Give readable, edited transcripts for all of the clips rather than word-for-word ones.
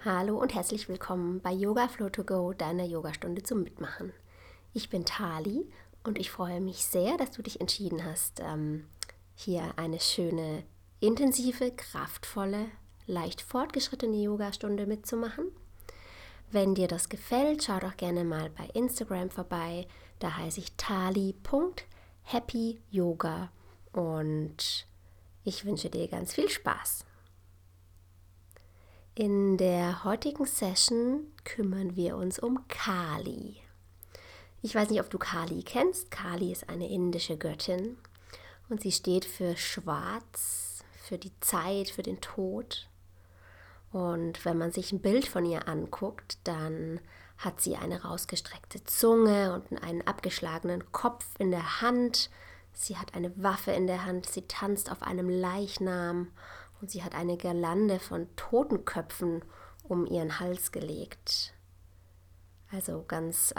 Hallo und herzlich willkommen bei Yoga Flow to Go, deiner Yogastunde zum Mitmachen. Ich bin Tali und ich freue mich sehr, dass du dich entschieden hast, hier eine schöne, intensive, kraftvolle, leicht fortgeschrittene Yogastunde mitzumachen. Wenn dir das gefällt, schau doch gerne mal bei Instagram vorbei. Da heiße ich tali.happyyoga und ich wünsche dir ganz viel Spaß. In der heutigen Session kümmern wir uns um Kali. Ich weiß nicht, ob du Kali kennst. Kali ist eine indische Göttin und sie steht für Schwarz, für die Zeit, für den Tod. Und wenn man sich ein Bild von ihr anguckt, dann hat sie eine rausgestreckte Zunge und einen abgeschlagenen Kopf in der Hand. Sie hat eine Waffe in der Hand, sie tanzt auf einem Leichnam und sie hat eine Girlande von Totenköpfen um ihren Hals gelegt. Also ganz,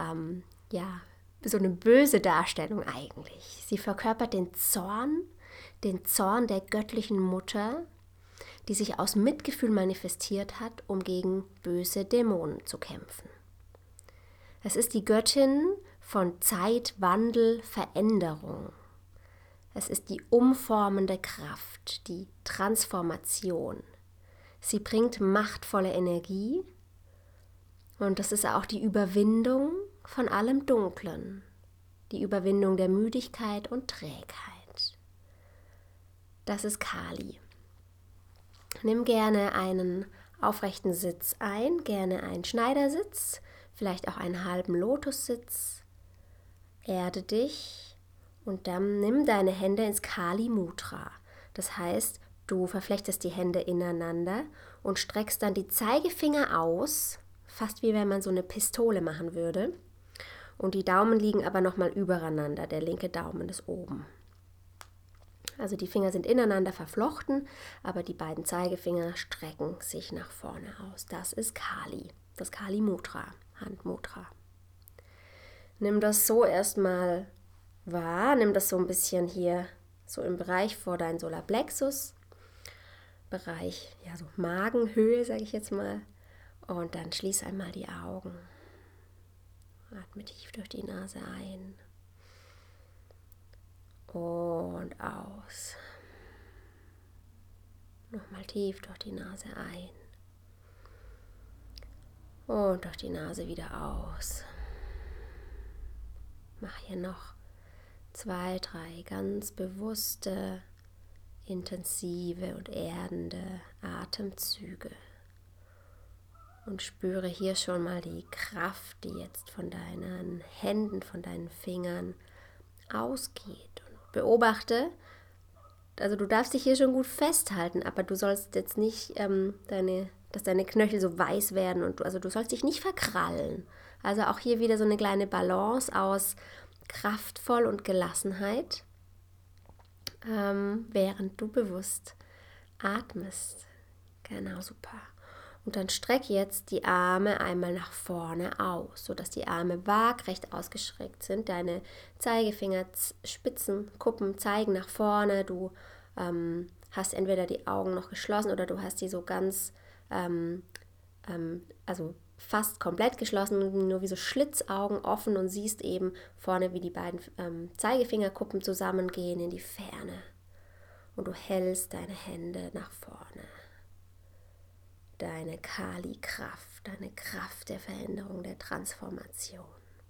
so eine böse Darstellung eigentlich. Sie verkörpert den Zorn der göttlichen Mutter, die sich aus Mitgefühl manifestiert hat, um gegen böse Dämonen zu kämpfen. Es ist die Göttin von Zeit, Wandel, Veränderung. Es ist die umformende Kraft, die Transformation. Sie bringt machtvolle Energie und das ist auch die Überwindung von allem Dunklen, die Überwindung der Müdigkeit und Trägheit. Das ist Kali. Nimm gerne einen aufrechten Sitz ein, gerne einen Schneidersitz, vielleicht auch einen halben Lotussitz. Erde dich. Und dann nimm deine Hände ins Kali Mudra. Das heißt, du verflechtest die Hände ineinander und streckst dann die Zeigefinger aus, fast wie wenn man so eine Pistole machen würde. Und die Daumen liegen aber nochmal übereinander. Der linke Daumen ist oben. Also die Finger sind ineinander verflochten, aber die beiden Zeigefinger strecken sich nach vorne aus. Das ist Kali, das Kali Mudra, Handmudra. Nimm das so erstmal wahr, nimm das so ein bisschen hier so im Bereich vor deinem Solarplexus, Bereich, ja so Magenhöhe, sage ich jetzt mal, und dann schließ einmal die Augen. Atme tief durch die Nase ein und aus. Nochmal tief durch die Nase ein und durch die Nase wieder aus. Mach hier noch 2, 3 ganz bewusste, intensive und erdende Atemzüge. Und spüre hier schon mal die Kraft, die jetzt von deinen Händen, von deinen Fingern ausgeht. Und beobachte, also du darfst dich hier schon gut festhalten, aber du sollst jetzt nicht, dass deine Knöchel so weiß werden und du sollst dich nicht verkrallen. Also auch hier wieder so eine kleine Balance aus kraftvoll und Gelassenheit, während du bewusst atmest. Genau, super. Und dann streck jetzt die Arme einmal nach vorne aus, sodass die Arme waagrecht ausgestreckt sind. Deine Zeigefinger, Spitzen, Kuppen zeigen nach vorne. Du hast entweder die Augen noch geschlossen oder du hast die so ganz, also fast komplett geschlossen, nur wie so Schlitzaugen offen und siehst eben vorne, wie die beiden Zeigefingerkuppen zusammengehen in die Ferne. Und du hältst deine Hände nach vorne. Deine Kali-Kraft, deine Kraft der Veränderung, der Transformation.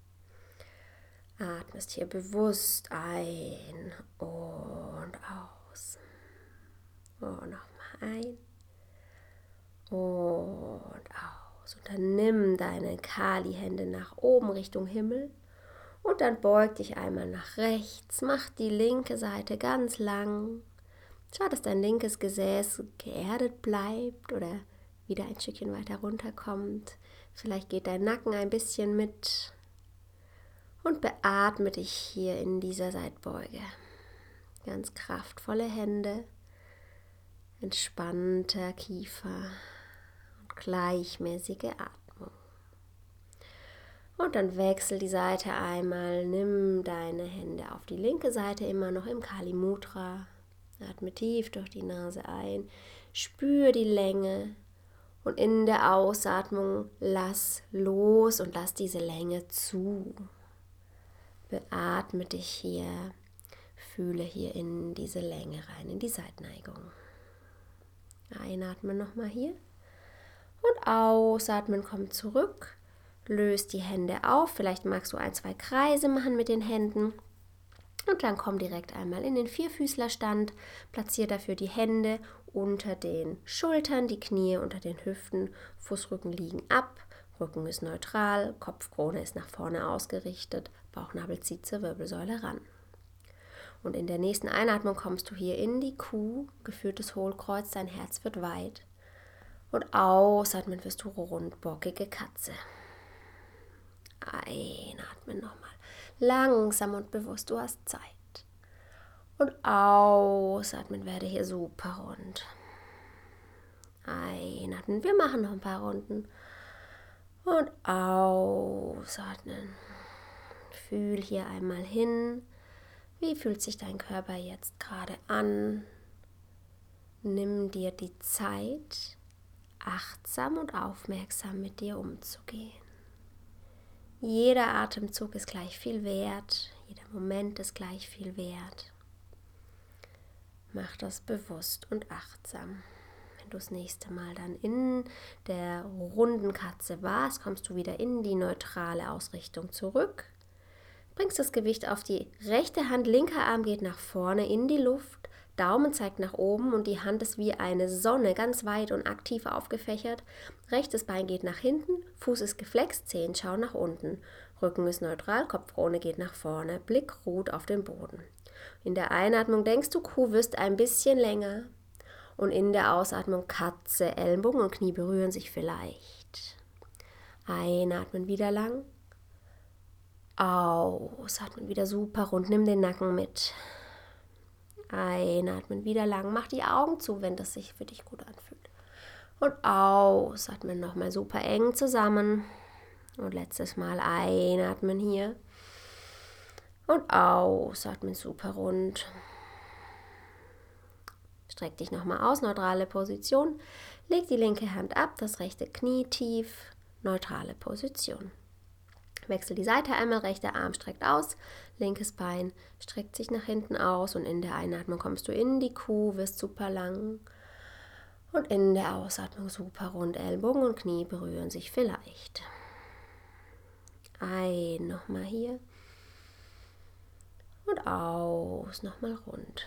Atmest hier bewusst ein und aus. Und nochmal ein und aus. Und dann nimm deine Kali-Hände nach oben Richtung Himmel und dann beug dich einmal nach rechts. Mach die linke Seite ganz lang. Schau, dass dein linkes Gesäß geerdet bleibt oder wieder ein Stückchen weiter runterkommt. Vielleicht geht dein Nacken ein bisschen mit. Und beatme dich hier in dieser Seitbeuge. Ganz kraftvolle Hände, entspannter Kiefer und gleichmäßige Atmung. Und dann wechsel die Seite einmal. Nimm deine Hände auf die linke Seite, immer noch im Kali Mudra. Atme tief durch die Nase ein. Spür die Länge. Und in der Ausatmung lass los und lass diese Länge zu. Beatme dich hier, fühle hier in diese Länge rein, in die Seitneigung. Einatmen nochmal hier und ausatmen, komm zurück, löst die Hände auf, vielleicht magst du 1, 2 Kreise machen mit den Händen und dann komm direkt einmal in den Vierfüßlerstand, platziere dafür die Hände unter den Schultern, die Knie unter den Hüften, Fußrücken liegen ab, Rücken ist neutral, Kopfkrone ist nach vorne ausgerichtet, Bauchnabel zieht zur Wirbelsäule ran. Und in der nächsten Einatmung kommst du hier in die Kuh, geführtes Hohlkreuz, dein Herz wird weit. Und ausatmen wirst du rundbockige Katze. Einatmen nochmal, langsam und bewusst, du hast Zeit. Und ausatmen, werde hier super rund. Einatmen, wir machen noch ein paar Runden. Und ausatmen. Fühl hier einmal hin. Wie fühlt sich dein Körper jetzt gerade an? Nimm dir die Zeit, achtsam und aufmerksam mit dir umzugehen. Jeder Atemzug ist gleich viel wert, jeder Moment ist gleich viel wert. Mach das bewusst und achtsam. Wenn du das nächste Mal dann in der runden Katze warst, kommst du wieder in die neutrale Ausrichtung zurück. Bringst das Gewicht auf die rechte Hand, linker Arm geht nach vorne in die Luft, Daumen zeigt nach oben und die Hand ist wie eine Sonne, ganz weit und aktiv aufgefächert. Rechtes Bein geht nach hinten, Fuß ist geflext, Zehen schauen nach unten. Rücken ist neutral, Kopfkrone geht nach vorne, Blick ruht auf den Boden. In der Einatmung denkst du, Kuh wirst ein bisschen länger. Und in der Ausatmung Katze, Ellenbogen und Knie berühren sich vielleicht. Einatmen wieder lang. Ausatmen wieder super rund, nimm den Nacken mit. Einatmen wieder lang, mach die Augen zu, wenn das sich für dich gut anfühlt. Und ausatmen nochmal super eng zusammen. Und letztes Mal einatmen hier. Und ausatmen super rund. Streck dich nochmal aus, neutrale Position. Leg die linke Hand ab, das rechte Knie tief, neutrale Position. Wechsel die Seite einmal, rechter Arm streckt aus, linkes Bein streckt sich nach hinten aus und in der Einatmung kommst du in die Kuh, wirst super lang und in der Ausatmung super rund, Ellbogen und Knie berühren sich vielleicht. Ein, nochmal hier und aus, nochmal rund.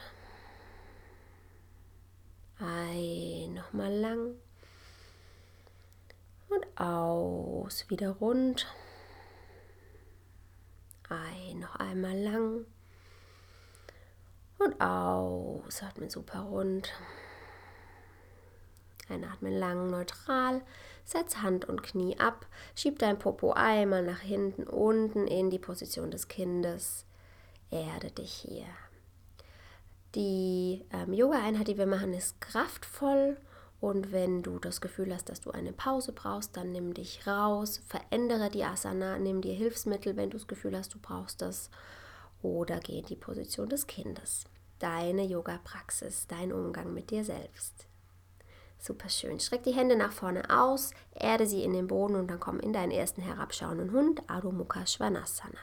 Ein, nochmal lang und aus, wieder rund. Ein, noch einmal lang und ausatmen super rund. Einatmen lang, neutral, setz Hand und Knie ab, schieb dein Popo einmal nach hinten, unten in die Position des Kindes, erde dich hier. Die Yoga-Einheit, die wir machen, ist kraftvoll und wenn du das Gefühl hast, dass du eine Pause brauchst, dann nimm dich raus, verändere die Asana, nimm dir Hilfsmittel, wenn du das Gefühl hast, du brauchst das oder geh in die Position des Kindes. Deine Yoga-Praxis, dein Umgang mit dir selbst. Super schön. Streck die Hände nach vorne aus, erde sie in den Boden und dann komm in deinen ersten herabschauenden Hund, Adho Mukha Svanasana.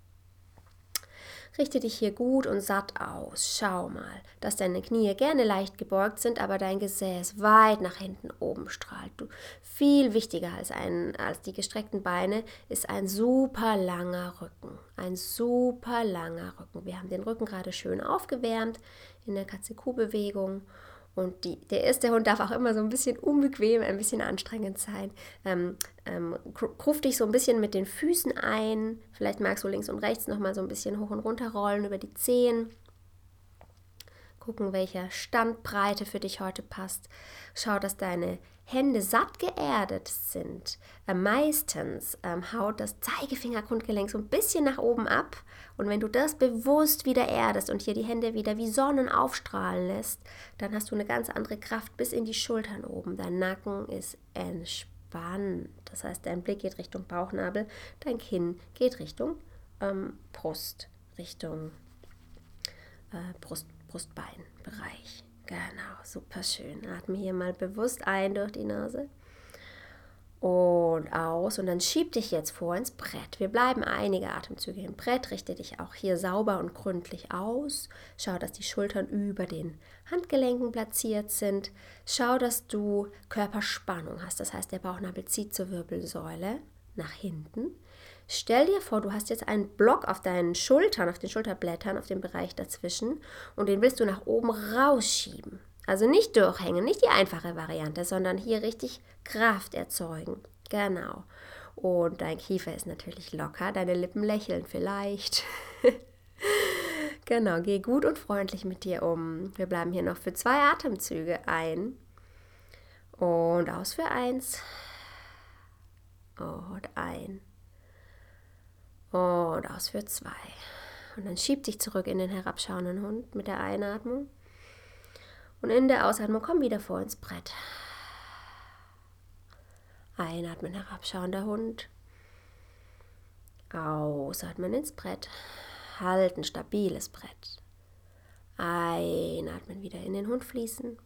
Richte dich hier gut und satt aus. Schau mal, dass deine Knie gerne leicht gebeugt sind, aber dein Gesäß weit nach hinten oben strahlt. Viel wichtiger als die gestreckten Beine ist ein super langer Rücken. Ein super langer Rücken. Wir haben den Rücken gerade schön aufgewärmt in der Katze-Kuh-Bewegung. Und der erste Hund darf auch immer so ein bisschen unbequem, ein bisschen anstrengend sein. Gruff dich so ein bisschen mit den Füßen ein. Vielleicht magst du links und rechts nochmal so ein bisschen hoch und runter rollen über die Zehen. Gucken, welche Standbreite für dich heute passt. Schau, dass deine Hände satt geerdet sind. Meistens haut das Zeigefingergrundgelenk so ein bisschen nach oben ab. Und wenn du das bewusst wieder erdest und hier die Hände wieder wie Sonnen aufstrahlen lässt, dann hast du eine ganz andere Kraft bis in die Schultern oben. Dein Nacken ist entspannt. Das heißt, dein Blick geht Richtung Bauchnabel, dein Kinn geht Richtung Brust, Richtung Brustbeinbereich. Genau, super schön. Atme hier mal bewusst ein durch die Nase Und aus. Und dann schieb dich jetzt vor ins Brett. Wir bleiben einige Atemzüge im Brett. Richte dich auch hier sauber und gründlich aus. Schau, dass die Schultern über den Handgelenken platziert sind. Schau, dass du Körperspannung hast. Das heißt, der Bauchnabel zieht zur Wirbelsäule nach hinten. Stell dir vor, du hast jetzt einen Block auf deinen Schultern, auf den Schulterblättern, auf dem Bereich dazwischen und den willst du nach oben rausschieben. Also nicht durchhängen, nicht die einfache Variante, sondern hier richtig Kraft erzeugen. Genau. Und dein Kiefer ist natürlich locker, deine Lippen lächeln vielleicht. Genau, geh gut und freundlich mit dir um. Wir bleiben hier noch für 2 Atemzüge ein. Und aus für 1. Und ein. Und aus für 2. Und dann schieb dich zurück in den herabschauenden Hund mit der Einatmung. Und in der Ausatmung komm wieder vor ins Brett. Einatmen, herabschauender Hund. Ausatmen ins Brett. Halten, stabiles Brett. Einatmen, wieder in den Hund fließen.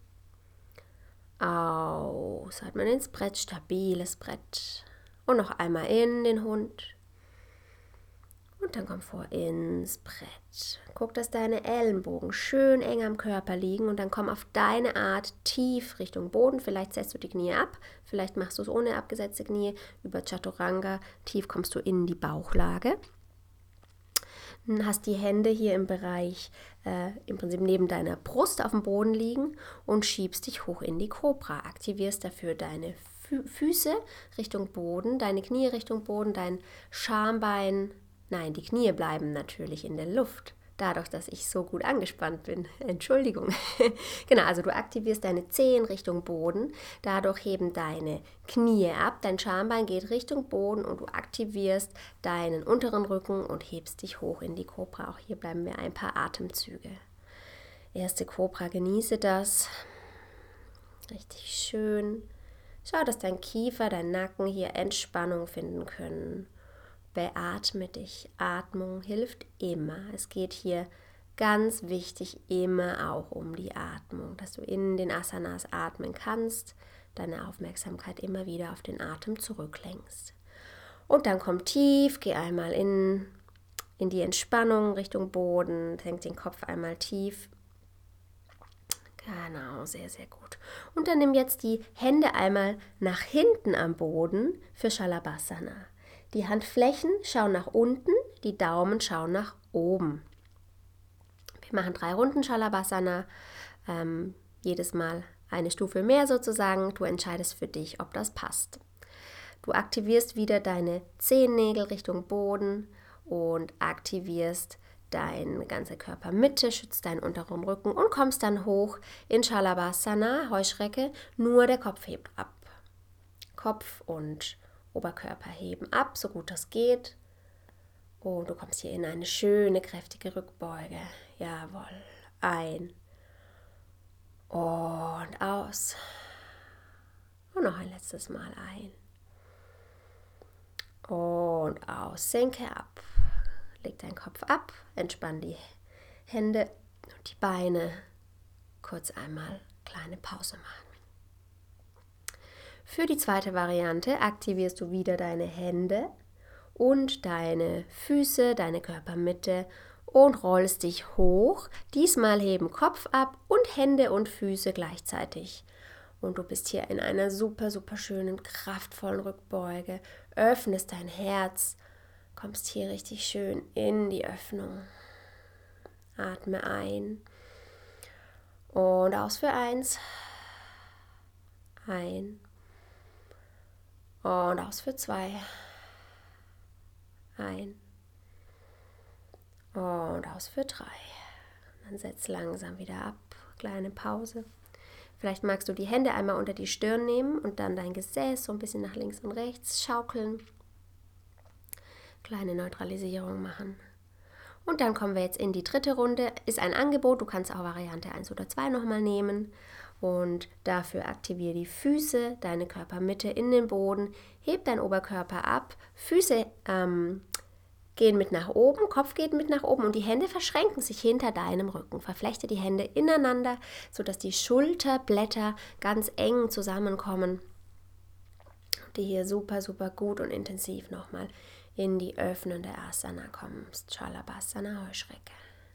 Ausatmen ins Brett, stabiles Brett. Und noch einmal in den Hund. Und dann komm vor ins Brett. Guck, dass deine Ellenbogen schön eng am Körper liegen und dann komm auf deine Art tief Richtung Boden. Vielleicht setzt du die Knie ab, vielleicht machst du es ohne abgesetzte Knie. Über Chaturanga tief kommst du in die Bauchlage. Dann hast die Hände hier im Bereich, im Prinzip neben deiner Brust auf dem Boden liegen und schiebst dich hoch in die Kobra. Aktivierst dafür deine Füße Richtung Boden, deine Knie Richtung Boden, dein Schambein. Nein, die Knie bleiben natürlich in der Luft, dadurch, dass ich so gut angespannt bin. Entschuldigung. Genau, also du aktivierst deine Zehen Richtung Boden, dadurch heben deine Knie ab, dein Schambein geht Richtung Boden und du aktivierst deinen unteren Rücken und hebst dich hoch in die Kobra. Auch hier bleiben wir ein paar Atemzüge. Erste Kobra, genieße das. Richtig schön. Schau, dass dein Kiefer, dein Nacken hier Entspannung finden können. Beatme dich. Atmung hilft immer. Es geht hier ganz wichtig immer auch um die Atmung, dass du in den Asanas atmen kannst, deine Aufmerksamkeit immer wieder auf den Atem zurücklenkst. Und dann komm tief, geh einmal in die Entspannung Richtung Boden, senk den Kopf einmal tief. Genau, sehr, sehr gut. Und dann nimm jetzt die Hände einmal nach hinten am Boden für Shalabhasana. Die Handflächen schauen nach unten, die Daumen schauen nach oben. Wir machen 3 Runden Shalabhasana, jedes Mal eine Stufe mehr sozusagen. Du entscheidest für dich, ob das passt. Du aktivierst wieder deine Zehennägel Richtung Boden und aktivierst deine ganze Körpermitte, schützt deinen unteren Rücken und kommst dann hoch in Shalabhasana, Heuschrecke, nur der Kopf hebt ab. Kopf und Oberkörper heben ab, so gut das geht. Und du kommst hier in eine schöne, kräftige Rückbeuge. Jawohl. Ein. Und aus. Und noch ein letztes Mal ein. Und aus. Senke ab. Leg deinen Kopf ab. Entspann die Hände und die Beine. Kurz einmal kleine Pause machen. Für die zweite Variante aktivierst du wieder deine Hände und deine Füße, deine Körpermitte und rollst dich hoch. Diesmal heben Kopf ab und Hände und Füße gleichzeitig. Und du bist hier in einer super, super schönen, kraftvollen Rückbeuge. Öffnest dein Herz, kommst hier richtig schön in die Öffnung. Atme ein und aus für 1. Ein. Und aus für 2. Ein. Und aus für 3. Dann setz langsam wieder ab. Kleine Pause. Vielleicht magst du die Hände einmal unter die Stirn nehmen und dann dein Gesäß so ein bisschen nach links und rechts schaukeln. Kleine Neutralisierung machen. Und dann kommen wir jetzt in die dritte Runde. Ist ein Angebot, du kannst auch Variante 1 oder 2 nochmal nehmen. Und dafür aktiviere die Füße, deine Körpermitte in den Boden. Heb deinen Oberkörper ab. Füße gehen mit nach oben, Kopf geht mit nach oben und die Hände verschränken sich hinter deinem Rücken. Verflechte die Hände ineinander, sodass die Schulterblätter ganz eng zusammenkommen. die hier super, super gut und intensiv nochmal in die öffnende Asana kommst. Shalabhasana, Heuschrecke.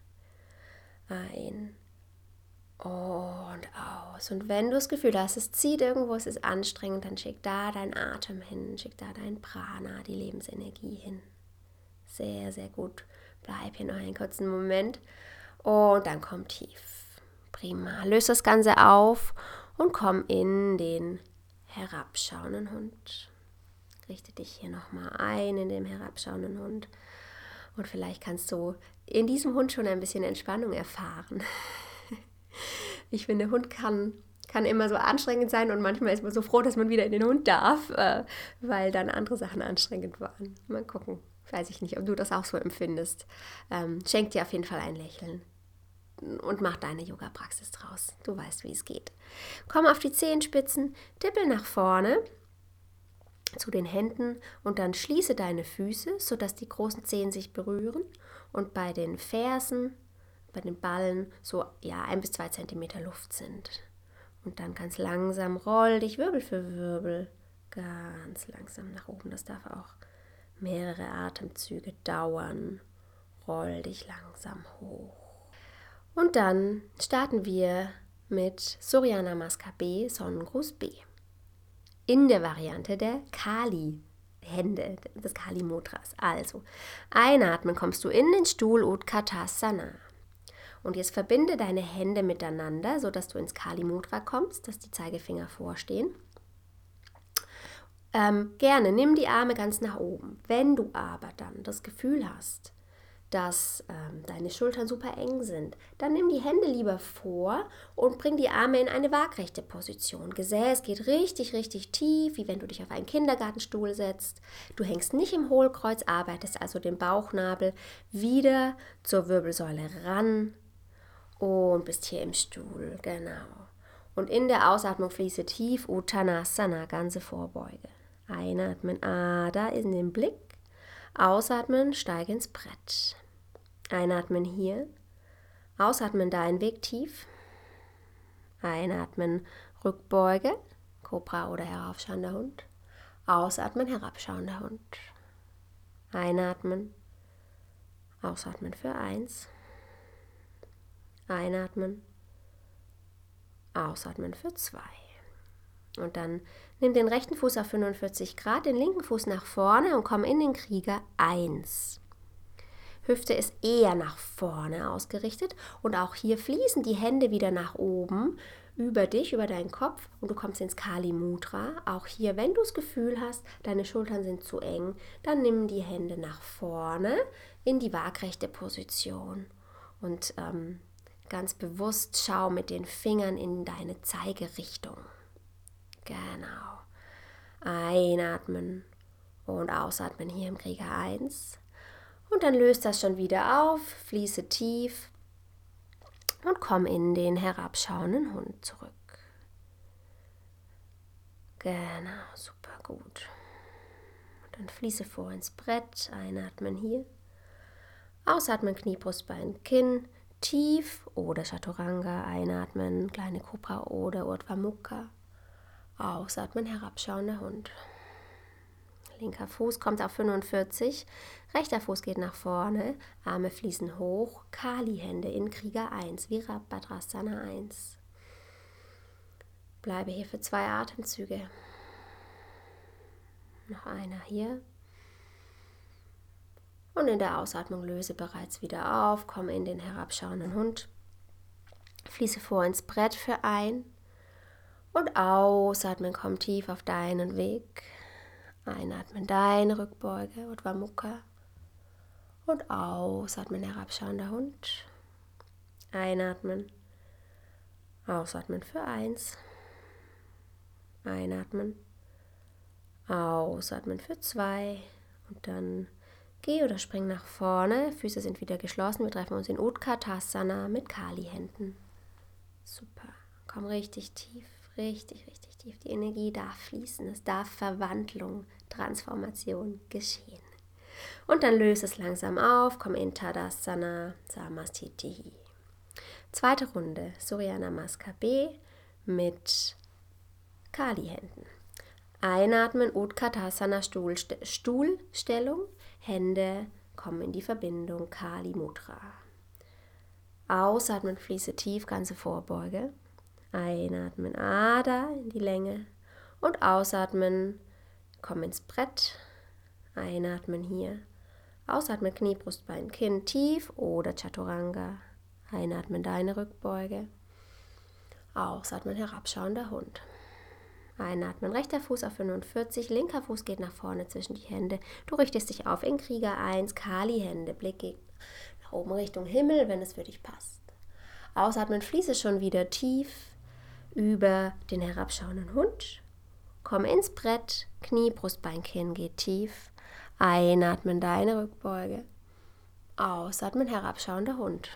Ein und aus. Und wenn du das Gefühl hast, es zieht irgendwo, es ist anstrengend, dann schick da deinen Atem hin, schick da dein Prana, die Lebensenergie hin. Sehr, sehr gut. Bleib hier noch einen kurzen Moment und dann komm tief. Prima. Löse das Ganze auf und komm in den herabschauenden Hund. Richte dich hier nochmal ein in dem herabschauenden Hund. Und vielleicht kannst du in diesem Hund schon ein bisschen Entspannung erfahren. Ich finde, der Hund kann immer so anstrengend sein und manchmal ist man so froh, dass man wieder in den Hund darf, weil dann andere Sachen anstrengend waren. Mal gucken. Weiß ich nicht, ob du das auch so empfindest. Schenk dir auf jeden Fall ein Lächeln und mach deine Yoga-Praxis draus. Du weißt, wie es geht. Komm auf die Zehenspitzen, tippel nach vorne zu den Händen und dann schließe deine Füße, sodass die großen Zehen sich berühren und bei den Fersen, bei den Ballen so 1 bis 2 Zentimeter Luft sind. Und dann ganz langsam roll dich Wirbel für Wirbel ganz langsam nach oben. Das darf auch mehrere Atemzüge dauern. Roll dich langsam hoch. Und dann starten wir mit Surya Namaskar B, Sonnengruß B. In der Variante der Kali-Hände, des Kali-Mudras. Also, einatmen kommst du in den Stuhl Utkatasana. Und jetzt verbinde deine Hände miteinander, sodass du ins Kali-Mudra kommst, dass die Zeigefinger vorstehen. Gerne, nimm die Arme ganz nach oben. Wenn du aber dann das Gefühl hast, dass deine Schultern super eng sind, dann nimm die Hände lieber vor und bring die Arme in eine waagrechte Position. Gesäß geht richtig, richtig tief, wie wenn du dich auf einen Kindergartenstuhl setzt. Du hängst nicht im Hohlkreuz, arbeitest also den Bauchnabel wieder zur Wirbelsäule ran und bist hier im Stuhl, genau. Und in der Ausatmung fließe tief Uttanasana, ganze Vorbeuge. Einatmen, da ist in den Blick. Ausatmen, steige ins Brett. Einatmen hier. Ausatmen, deinen Weg tief. Einatmen, Rückbeuge, Kobra oder heraufschauender Hund. Ausatmen, herabschauender Hund. Einatmen. Ausatmen für 1. Einatmen. Ausatmen für 2. Und dann nimm den rechten Fuß auf 45 Grad, den linken Fuß nach vorne und komm in den Krieger 1. Hüfte ist eher nach vorne ausgerichtet und auch hier fließen die Hände wieder nach oben über dich, über deinen Kopf und du kommst ins Kali Mudra. Auch hier, wenn du das Gefühl hast, deine Schultern sind zu eng, dann nimm die Hände nach vorne in die waagrechte Position und ganz bewusst schau mit den Fingern in deine Zeigerichtung. Genau. Einatmen und ausatmen hier im Krieger 1. Und dann löst das schon wieder auf, fließe tief und komm in den herabschauenden Hund zurück. Genau, super gut. Und dann fließe vor ins Brett, einatmen hier. Ausatmen, Knie, Brustbein, Kinn, tief oder Chaturanga, einatmen, kleine Kobra oder Urdhva Mukha. Ausatmen, herabschauender Hund. Linker Fuß kommt auf 45, rechter Fuß geht nach vorne, Arme fließen hoch, Kali-Hände in Krieger 1, Virabhadrasana 1. Bleibe hier für 2 Atemzüge. Noch einer hier. Und in der Ausatmung löse bereits wieder auf, komme in den herabschauenden Hund. Fließe vor ins Brett für 1. Und ausatmen, komm tief auf deinen Weg. Einatmen, deine Rückbeuge, Urdhva Mukha. Und ausatmen, herabschauender Hund. Einatmen. Ausatmen für 1. Einatmen. Ausatmen für 2. Und dann geh oder spring nach vorne. Füße sind wieder geschlossen. Wir treffen uns in Utkatasana mit Kali-Händen. Super. Komm richtig tief. Richtig, richtig tief. Die Energie darf fließen. Es darf Verwandlung, Transformation geschehen. Und dann löse es langsam auf. Komm in Tadasana, Samastiti. Zweite Runde. Surya Namaskar B mit Kali-Händen. Einatmen, Utkatasana, Stuhlstellung. Hände kommen in die Verbindung, Kali Mudra. Ausatmen, fließe tief, ganze Vorbeuge. Einatmen, Adha in die Länge. Und ausatmen, komm ins Brett. Einatmen hier. Ausatmen, Knie, Brustbein, Kinn tief oder Chaturanga. Einatmen, deine Rückbeuge. Ausatmen, herabschauender Hund. Einatmen, rechter Fuß auf 45, linker Fuß geht nach vorne zwischen die Hände. Du richtest dich auf in Krieger 1, Kali-Hände, Blick geht nach oben Richtung Himmel, wenn es für dich passt. Ausatmen, fließe schon wieder tief über den herabschauenden Hund. Komm ins Brett, Knie, Brustbein, Kinn geht tief. Einatmen, deine Rückbeuge. Ausatmen, herabschauender Hund.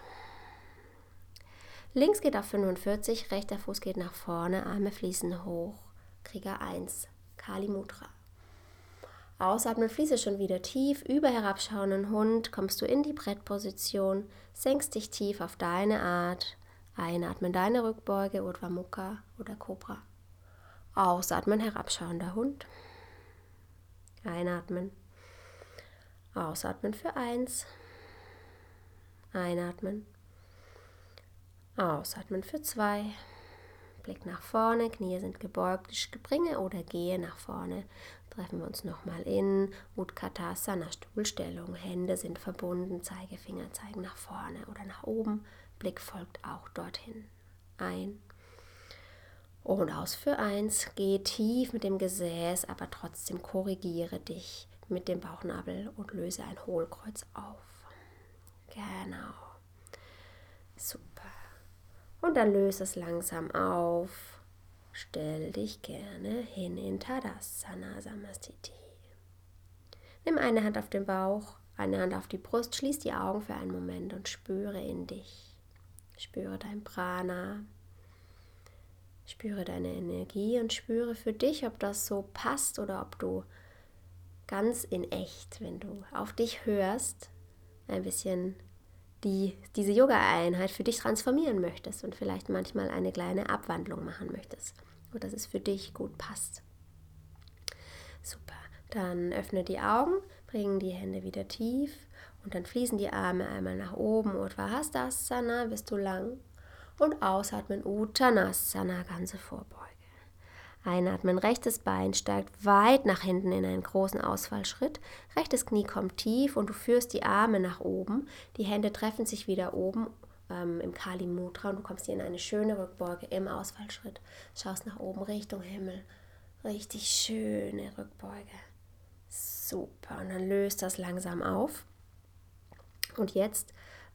Links geht auf 45, rechter Fuß geht nach vorne, Arme fließen hoch. Krieger 1, Kali Mudra. Ausatmen, fließe schon wieder tief, über herabschauenden Hund, kommst du in die Brettposition, senkst dich tief auf deine Art. Einatmen, deine Rückbeuge, Urdhva Mukha oder Cobra. Ausatmen, herabschauender Hund. Einatmen. Ausatmen für 1. Einatmen. Ausatmen für 2. Blick nach vorne, Knie sind gebeugt, springe oder gehe nach vorne. Treffen wir uns nochmal in Utkatasana, Stuhlstellung. Hände sind verbunden, Zeigefinger zeigen nach vorne oder nach oben. Blick folgt auch dorthin. Ein und aus für 1. Geh tief mit dem Gesäß, aber trotzdem korrigiere dich mit dem Bauchnabel und löse ein Hohlkreuz auf. Genau. Super. Und dann löse es langsam auf. Stell dich gerne hin in Tadasana Samastiti. Nimm eine Hand auf den Bauch, eine Hand auf die Brust, schließ die Augen für einen Moment und spüre in dich. Spüre dein Prana, spüre deine Energie und spüre für dich, ob das so passt oder ob du ganz in echt, wenn du auf dich hörst, ein bisschen diese Yoga-Einheit für dich transformieren möchtest und vielleicht manchmal eine kleine Abwandlung machen möchtest, sodass es für dich gut passt. Super, dann öffne die Augen, bring die Hände wieder tief und dann fließen die Arme einmal nach oben, Urdhva Hastasana, bist du lang und ausatmen, Uttanasana, ganze Vorbeuge. Einatmen, rechtes Bein steigt weit nach hinten in einen großen Ausfallschritt. Rechtes Knie kommt tief und du führst die Arme nach oben. Die Hände treffen sich wieder oben im Kali Mudra und du kommst hier in eine schöne Rückbeuge im Ausfallschritt. Schaust nach oben Richtung Himmel. Richtig schöne Rückbeuge. Super. Und dann löst das langsam auf. Und jetzt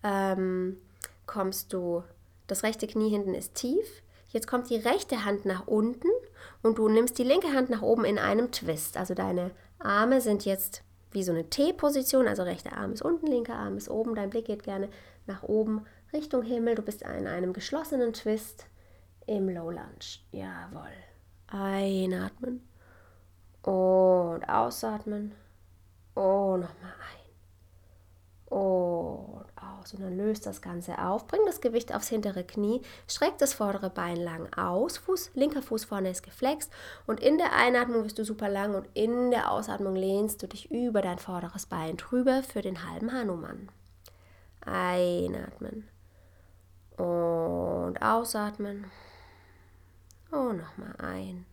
kommst du, das rechte Knie hinten ist tief. Jetzt kommt die rechte Hand nach unten und du nimmst die linke Hand nach oben in einem Twist. Also deine Arme sind jetzt wie so eine T-Position, also rechter Arm ist unten, linker Arm ist oben. Dein Blick geht gerne nach oben Richtung Himmel. Du bist in einem geschlossenen Twist im Low Lunge. Jawohl. Einatmen und ausatmen und nochmal ein und aus. Und dann löst das Ganze auf. Bring das Gewicht aufs hintere Knie, streck das vordere Bein lang aus. Linker Fuß vorne ist geflext und in der Einatmung bist du super lang und in der Ausatmung lehnst du dich über dein vorderes Bein drüber für den halben Hanuman. Einatmen und ausatmen und nochmal ein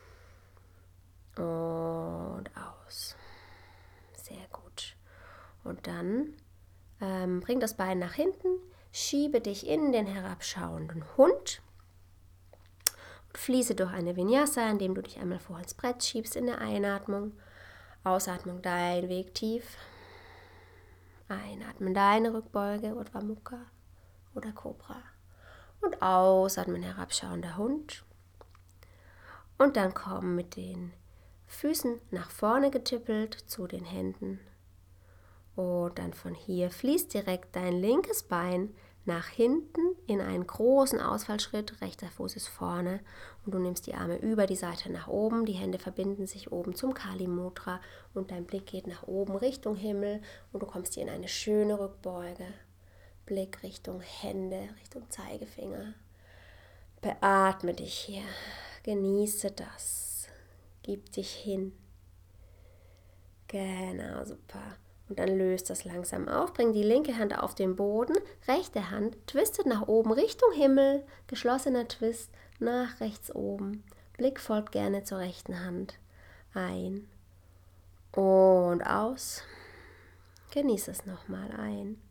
und aus. Sehr gut. Und dann bring das Bein nach hinten, schiebe dich in den herabschauenden Hund und fließe durch eine Vinyasa, indem du dich einmal vor ins Brett schiebst in der Einatmung. Ausatmung, dein Weg tief. Einatmen, deine Rückbeuge, Urdhva Mukha oder Cobra. Und ausatmen, herabschauender Hund. Und dann komm mit den Füßen nach vorne getippelt zu den Händen. Und dann von hier fließt direkt dein linkes Bein nach hinten in einen großen Ausfallschritt. Rechter Fuß ist vorne und du nimmst die Arme über die Seite nach oben. Die Hände verbinden sich oben zum Kali Mudra und dein Blick geht nach oben Richtung Himmel und du kommst hier in eine schöne Rückbeuge. Blick Richtung Hände, Richtung Zeigefinger. Beatme dich hier. Genieße das. Gib dich hin. Genau, super. Und dann löst das langsam auf. Bring die linke Hand auf den Boden, rechte Hand twistet nach oben Richtung Himmel. Geschlossener Twist nach rechts oben. Blick folgt gerne zur rechten Hand. Ein und aus. Genieß es nochmal. Ein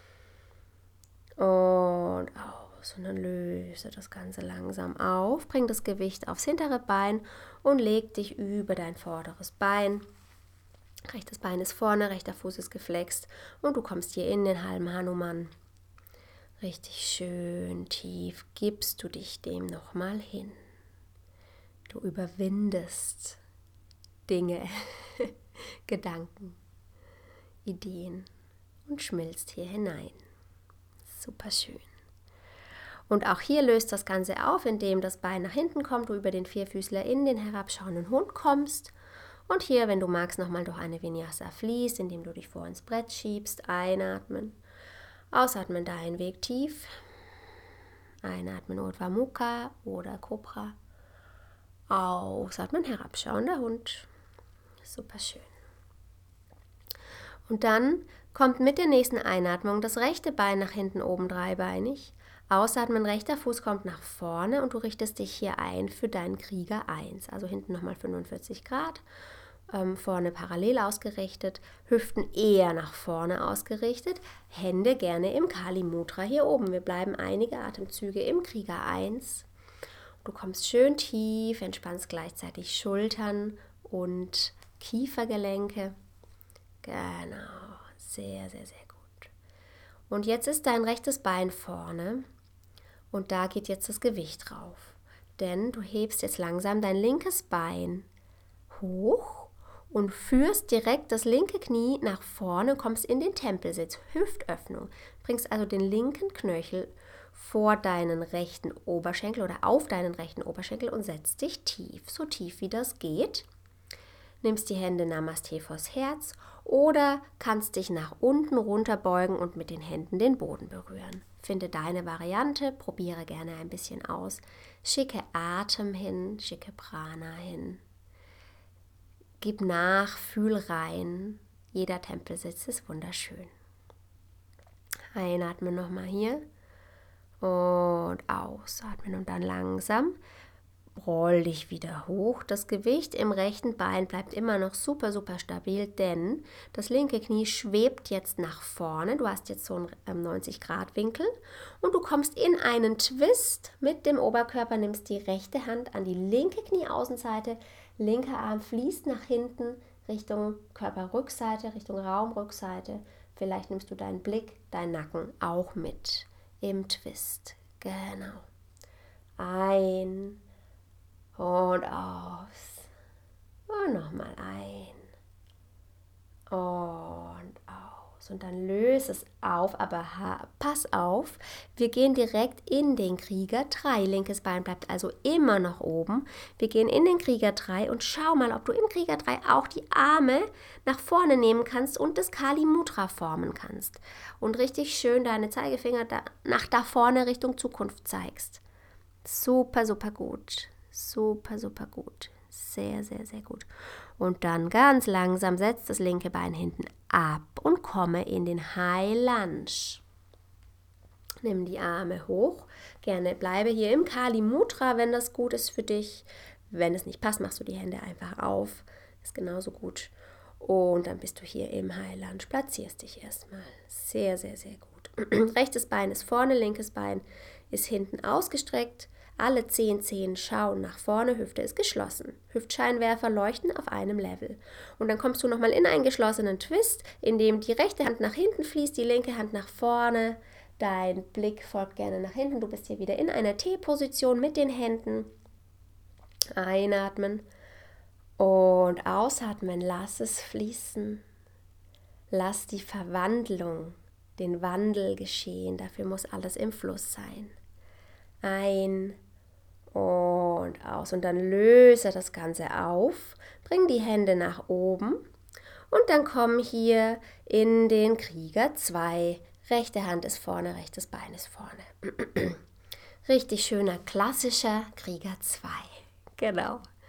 und aus. Und dann löse das Ganze langsam auf. Bring das Gewicht aufs hintere Bein und leg dich über dein vorderes Bein. Rechtes Bein ist vorne, rechter Fuß ist geflext und du kommst hier in den halben Hanuman. Richtig schön tief gibst du dich dem nochmal hin. Du überwindest Dinge, Gedanken, Ideen und schmilzt hier hinein. Super schön. Und auch hier löst das Ganze auf, indem das Bein nach hinten kommt, du über den Vierfüßler in den herabschauenden Hund kommst. Und hier, wenn du magst, nochmal durch eine Vinyasa fließt, indem du dich vor ins Brett schiebst. Einatmen, ausatmen, deinen Weg tief. Einatmen, Urdhva Mukha oder Cobra. Ausatmen, herabschauender Hund. Super schön. Und dann kommt mit der nächsten Einatmung das rechte Bein nach hinten oben dreibeinig. Ausatmen, rechter Fuß kommt nach vorne und du richtest dich hier ein für deinen Krieger 1. Also hinten nochmal 45 Grad, vorne parallel ausgerichtet, Hüften eher nach vorne ausgerichtet, Hände gerne im Kali Mudra hier oben. Wir bleiben einige Atemzüge im Krieger 1. Du kommst schön tief, entspannst gleichzeitig Schultern und Kiefergelenke. Genau, sehr, sehr, sehr gut. Und jetzt ist dein rechtes Bein vorne und da geht jetzt das Gewicht drauf. Denn du hebst jetzt langsam dein linkes Bein hoch und führst direkt das linke Knie nach vorne, kommst in den Tempelsitz, Hüftöffnung. Bringst also den linken Knöchel vor deinen rechten Oberschenkel oder auf deinen rechten Oberschenkel und setzt dich tief, so tief wie das geht. Nimmst die Hände Namaste vors Herz oder kannst dich nach unten runterbeugen und mit den Händen den Boden berühren. Finde deine Variante, probiere gerne ein bisschen aus. Schicke Atem hin, schicke Prana hin. Gib nach, fühl rein. Jeder Tempelsitz ist wunderschön. Einatmen nochmal hier und ausatmen und dann langsam roll dich wieder hoch. Das Gewicht im rechten Bein bleibt immer noch super, super stabil, denn das linke Knie schwebt jetzt nach vorne. Du hast jetzt so einen 90-Grad-Winkel und du kommst in einen Twist mit dem Oberkörper, nimmst die rechte Hand an die linke Knieaußenseite, linker Arm fließt nach hinten Richtung Körperrückseite, Richtung Raumrückseite. Vielleicht nimmst du deinen Blick, deinen Nacken auch mit im Twist. Genau. Ein und aus. Und nochmal ein. Und aus. Und dann löse es auf, aber pass auf, wir gehen direkt in den Krieger 3. Linkes Bein bleibt also immer noch oben. Wir gehen in den Krieger 3 und schau mal, ob du im Krieger 3 auch die Arme nach vorne nehmen kannst und das Kali Mudra formen kannst. Und richtig schön deine Zeigefinger nach da vorne Richtung Zukunft zeigst. Super, super gut. Super, super gut. Sehr, sehr, sehr gut. Und dann ganz langsam setzt das linke Bein hinten ab und komme in den High Lunge. Nimm die Arme hoch. Gerne bleibe hier im Kali Mudra, wenn das gut ist für dich. Wenn es nicht passt, machst du die Hände einfach auf. Ist genauso gut. Und dann bist du hier im High Lunge. Platzierst dich erstmal. Sehr, sehr, sehr gut. Rechtes Bein ist vorne, linkes Bein ist hinten ausgestreckt. Alle 10 Zehen schauen nach vorne, Hüfte ist geschlossen. Hüftscheinwerfer leuchten auf einem Level. Und dann kommst du nochmal in einen geschlossenen Twist, in dem die rechte Hand nach hinten fließt, die linke Hand nach vorne. Dein Blick folgt gerne nach hinten. Du bist hier wieder in einer T-Position mit den Händen. Einatmen und ausatmen. Lass es fließen. Lass die Verwandlung, den Wandel geschehen. Dafür muss alles im Fluss sein. Ein und aus. Und dann löse das Ganze auf. Bring die Hände nach oben. Und dann komm hier in den Krieger 2. Rechte Hand ist vorne, rechtes Bein ist vorne. Richtig schöner, klassischer Krieger 2. Genau.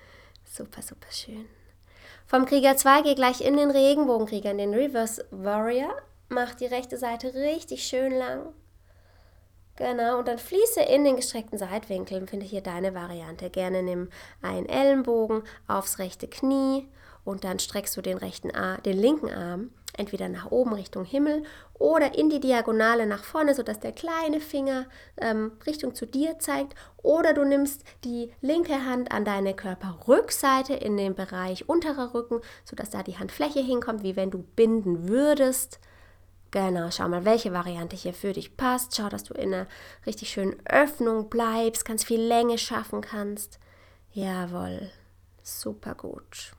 Super, super schön. Vom Krieger 2 geh gleich in den Regenbogenkrieger, in den Reverse Warrior. Mach die rechte Seite richtig schön lang. Genau, und dann fließe in den gestreckten Seitwinkel. Finde hier deine Variante. Gerne nimm einen Ellenbogen aufs rechte Knie und dann streckst du den linken Arm entweder nach oben Richtung Himmel oder in die Diagonale nach vorne, sodass der kleine Finger Richtung zu dir zeigt. Oder du nimmst die linke Hand an deine Körperrückseite in den Bereich unterer Rücken, sodass da die Handfläche hinkommt, wie wenn du binden würdest. Genau, schau mal, welche Variante hier für dich passt. Schau, dass du in einer richtig schönen Öffnung bleibst, ganz viel Länge schaffen kannst. Jawohl, super gut.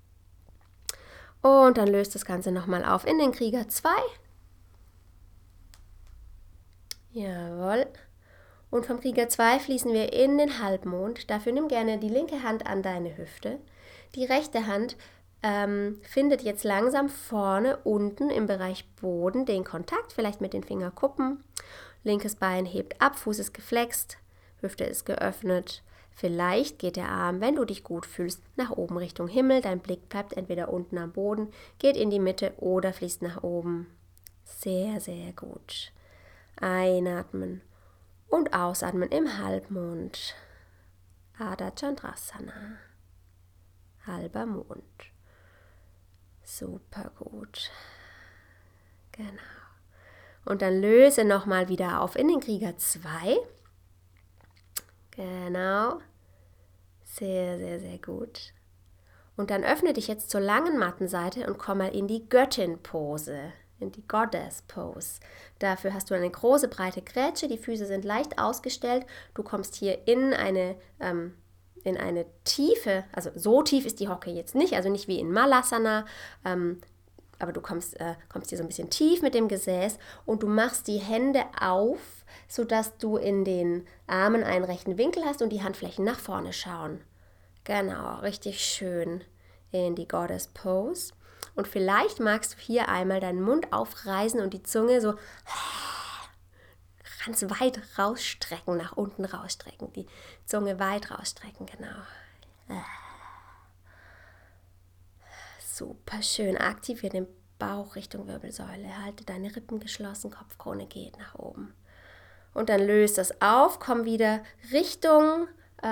Und dann löst das Ganze nochmal auf in den Krieger 2. Jawohl. Und vom Krieger 2 fließen wir in den Halbmond. Dafür nimm gerne die linke Hand an deine Hüfte. Die rechte Hand findet jetzt langsam vorne unten im Bereich Boden den Kontakt, vielleicht mit den Fingerkuppen. Linkes Bein hebt ab, Fuß ist geflext, Hüfte ist geöffnet. Vielleicht geht der Arm, wenn du dich gut fühlst, nach oben Richtung Himmel. Dein Blick bleibt entweder unten am Boden, geht in die Mitte oder fließt nach oben. Sehr, sehr gut. Einatmen und ausatmen im Halbmond. Ardha Chandrasana. Halber Mond. Super gut. Genau. Und dann löse nochmal wieder auf in den Krieger 2. Genau. Sehr, sehr, sehr gut. Und dann öffne dich jetzt zur langen Mattenseite und komm mal in die Göttin-Pose, in die Goddess-Pose. Dafür hast du eine große, breite Grätsche, die Füße sind leicht ausgestellt. Du kommst hier in eine Tiefe, also so tief ist die Hocke jetzt nicht, also nicht wie in Malasana, aber du kommst hier so ein bisschen tief mit dem Gesäß und du machst die Hände auf, sodass du in den Armen einen rechten Winkel hast und die Handflächen nach vorne schauen. Genau, richtig schön in die Goddess Pose. Und vielleicht magst du hier einmal deinen Mund aufreißen und die Zunge so ganz weit rausstrecken, nach unten rausstrecken, die Zunge weit rausstrecken, genau. Super schön, aktiviere den Bauch Richtung Wirbelsäule, halte deine Rippen geschlossen, Kopfkrone geht nach oben. Und dann löst das auf, komm wieder Richtung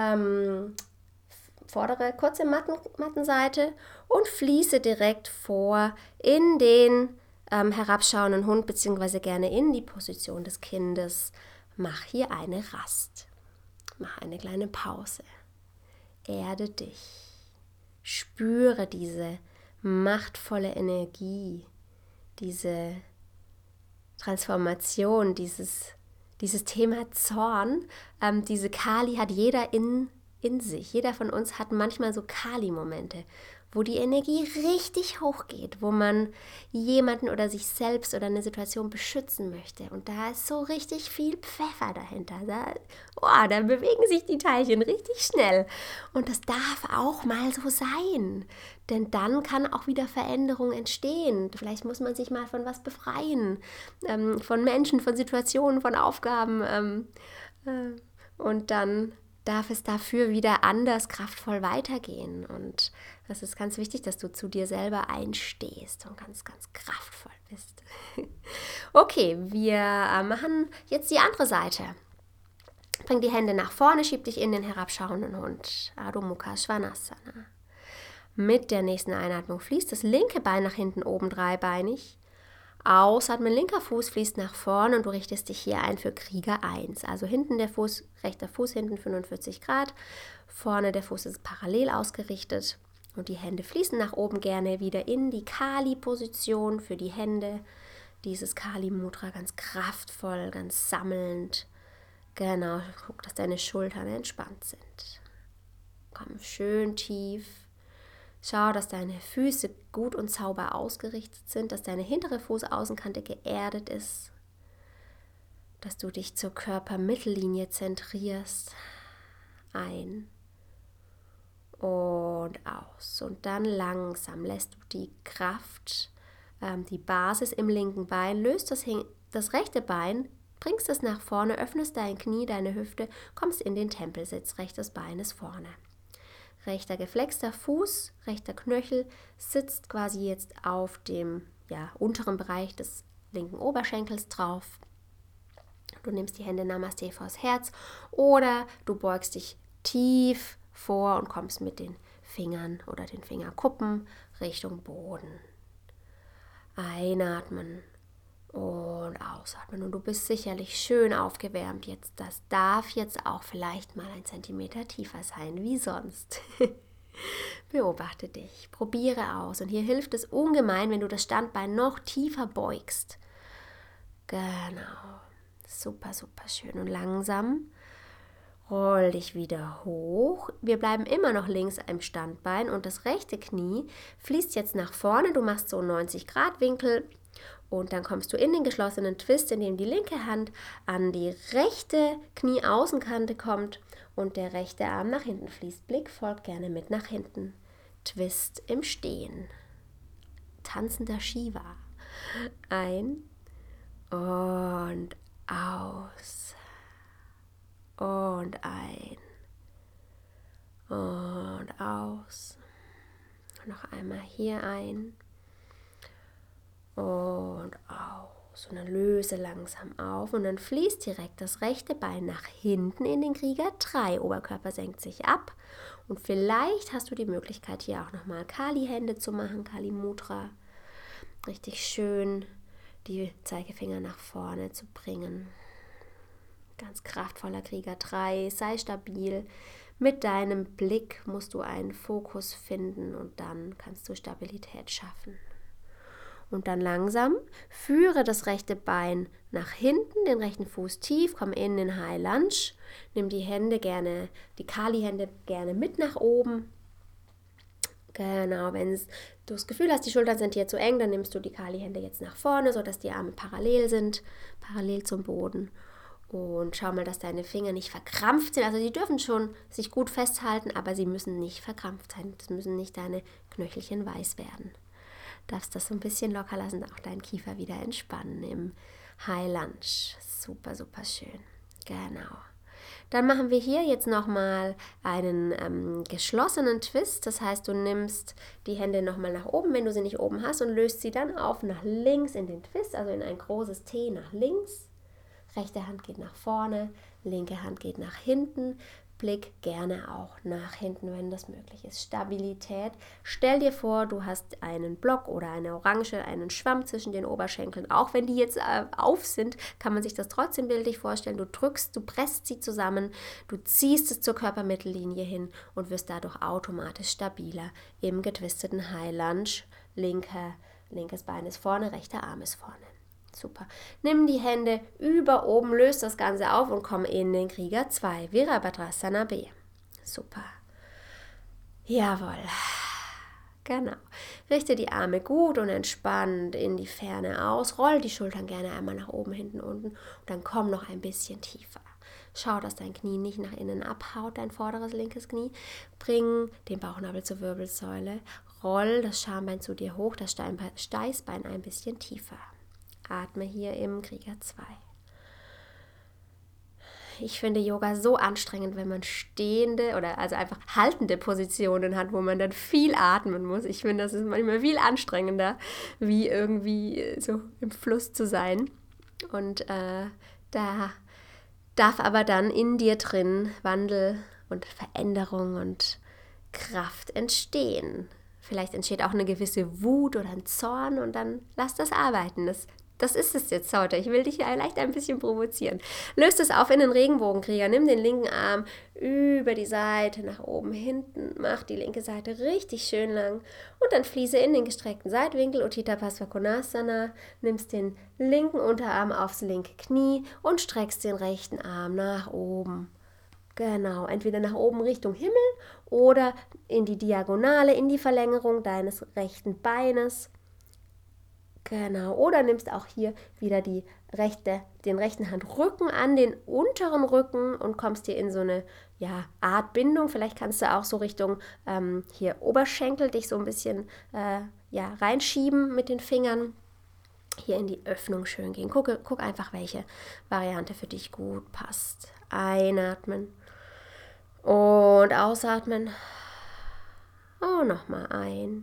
vordere kurze Mattenseite und fließe direkt vor in den herabschauenden Hund, beziehungsweise gerne in die Position des Kindes. Mach hier eine Rast. Mach eine kleine Pause. Erde dich. Spüre diese machtvolle Energie, diese Transformation, dieses Thema Zorn. Diese Kali hat jeder in sich. Jeder von uns hat manchmal so Kali-Momente, wo die Energie richtig hoch geht, wo man jemanden oder sich selbst oder eine Situation beschützen möchte. Und da ist so richtig viel Pfeffer dahinter. Da bewegen sich die Teilchen richtig schnell. Und das darf auch mal so sein. Denn dann kann auch wieder Veränderung entstehen. Vielleicht muss man sich mal von was befreien. Von Menschen, von Situationen, von Aufgaben. Und dann darf es dafür wieder anders kraftvoll weitergehen. Und das ist ganz wichtig, dass du zu dir selber einstehst und ganz, ganz kraftvoll bist. Okay, wir machen jetzt die andere Seite. Bring die Hände nach vorne, schieb dich in den herabschauenden Hund. Adho Mukha Svanasana. Mit der nächsten Einatmung fließt das linke Bein nach hinten oben dreibeinig. Ausatmen, linker Fuß fließt nach vorne und du richtest dich hier ein für Krieger 1. Also hinten der Fuß, rechter Fuß hinten 45 Grad, vorne der Fuß ist parallel ausgerichtet und die Hände fließen nach oben gerne wieder in die Kali-Position für die Hände. Dieses Kali-Mudra ganz kraftvoll, ganz sammelnd. Genau, guck, dass deine Schultern entspannt sind. Komm schön tief. Schau, dass deine Füße gut und sauber ausgerichtet sind, dass deine hintere Fußaußenkante geerdet ist, dass du dich zur Körpermittellinie zentrierst. Ein und aus. Und dann langsam lässt du die Kraft, die Basis im linken Bein, löst das rechte Bein, bringst es nach vorne, öffnest dein Knie, deine Hüfte, kommst in den Tempelsitz, rechtes Bein ist vorne. rechter geflexter Fuß, rechter Knöchel sitzt quasi jetzt auf dem unteren Bereich des linken Oberschenkels drauf. Du nimmst die Hände Namaste vors Herz oder du beugst dich tief vor und kommst mit den Fingern oder den Fingerkuppen Richtung Boden. Einatmen und ausatmen. Und du bist sicherlich schön aufgewärmt jetzt. Das darf jetzt auch vielleicht mal 1 Zentimeter tiefer sein, wie sonst. Beobachte dich, probiere aus. Und hier hilft es ungemein, wenn du das Standbein noch tiefer beugst. Genau. Super, super schön. Und langsam roll dich wieder hoch. Wir bleiben immer noch links im Standbein und das rechte Knie fließt jetzt nach vorne. Du machst so einen 90-Grad-Winkel und dann kommst du in den geschlossenen Twist, in dem die linke Hand an die rechte Knieaußenkante kommt und der rechte Arm nach hinten fließt. Blick folgt gerne mit nach hinten. Twist im Stehen. Tanzender Shiva. Ein und aus. Und ein. Und aus. Und noch einmal hier ein. Und aus. Und dann löse langsam auf. Und dann fließt direkt das rechte Bein nach hinten in den Krieger 3. Oberkörper senkt sich ab. Und vielleicht hast du die Möglichkeit, hier auch nochmal Kali-Hände zu machen. Kali Mudra. Richtig schön die Zeigefinger nach vorne zu bringen. Ganz kraftvoller Krieger 3, sei stabil. Mit deinem Blick musst du einen Fokus finden und dann kannst du Stabilität schaffen. Und dann langsam führe das rechte Bein nach hinten, den rechten Fuß tief, komm in den High Lunge. Nimm die Hände gerne, die Kali-Hände gerne mit nach oben. Genau, wenn du das Gefühl hast, die Schultern sind hier zu eng, dann nimmst du die Kali-Hände jetzt nach vorne, sodass die Arme parallel sind, parallel zum Boden. Und schau mal, dass deine Finger nicht verkrampft sind. Also die dürfen schon sich gut festhalten, aber sie müssen nicht verkrampft sein. Es müssen nicht deine Knöchelchen weiß werden. Du darfst das so ein bisschen locker lassen, auch deinen Kiefer wieder entspannen im High Lunge. Super, super schön. Genau. Dann machen wir hier jetzt nochmal einen geschlossenen Twist. Das heißt, du nimmst die Hände nochmal nach oben, wenn du sie nicht oben hast, und löst sie dann auf nach links in den Twist, also in ein großes T nach links. Rechte Hand geht nach vorne, linke Hand geht nach hinten. Blick gerne auch nach hinten, wenn das möglich ist. Stabilität. Stell dir vor, du hast einen Block oder eine Orange, einen Schwamm zwischen den Oberschenkeln. Auch wenn die jetzt auf sind, kann man sich das trotzdem bildlich vorstellen. Du drückst, du presst sie zusammen, du ziehst es zur Körpermittellinie hin und wirst dadurch automatisch stabiler im getwisteten High Lunge. Linkes Bein ist vorne, rechter Arm ist vorne. Super. Nimm die Hände über oben, löst das Ganze auf und komm in den Krieger 2. Virabhadrasana B. Super. Jawohl. Genau. Richte die Arme gut und entspannt in die Ferne aus. Roll die Schultern gerne einmal nach oben, hinten, unten. Und dann komm noch ein bisschen tiefer. Schau, dass dein Knie nicht nach innen abhaut, dein vorderes linkes Knie. Bring den Bauchnabel zur Wirbelsäule. Roll das Schambein zu dir hoch, das Steißbein ein bisschen tiefer. Atme hier im Krieger 2. Ich finde Yoga so anstrengend, wenn man stehende oder also einfach haltende Positionen hat, wo man dann viel atmen muss. Ich finde, das ist manchmal viel anstrengender, wie irgendwie so im Fluss zu sein. Und da darf aber dann in dir drin Wandel und Veränderung und Kraft entstehen. Vielleicht entsteht auch eine gewisse Wut oder ein Zorn und dann lass das arbeiten. Das ist es jetzt heute. Ich will dich vielleicht ein bisschen provozieren. Löst es auf in den Regenbogenkrieger. Nimm den linken Arm über die Seite nach oben, hinten. Mach die linke Seite richtig schön lang. Und dann fließe in den gestreckten Seitwinkel, Utthita Pasvakonasana. Nimmst den linken Unterarm aufs linke Knie und streckst den rechten Arm nach oben. Genau, entweder nach oben Richtung Himmel oder in die Diagonale, in die Verlängerung deines rechten Beines. Genau, oder nimmst auch hier wieder den rechten Handrücken an den unteren Rücken und kommst hier in so eine Art Bindung. Vielleicht kannst du auch so Richtung hier Oberschenkel dich so ein bisschen reinschieben mit den Fingern. Hier in die Öffnung schön gehen. Guck einfach, welche Variante für dich gut passt. Einatmen und ausatmen. Und nochmal ein.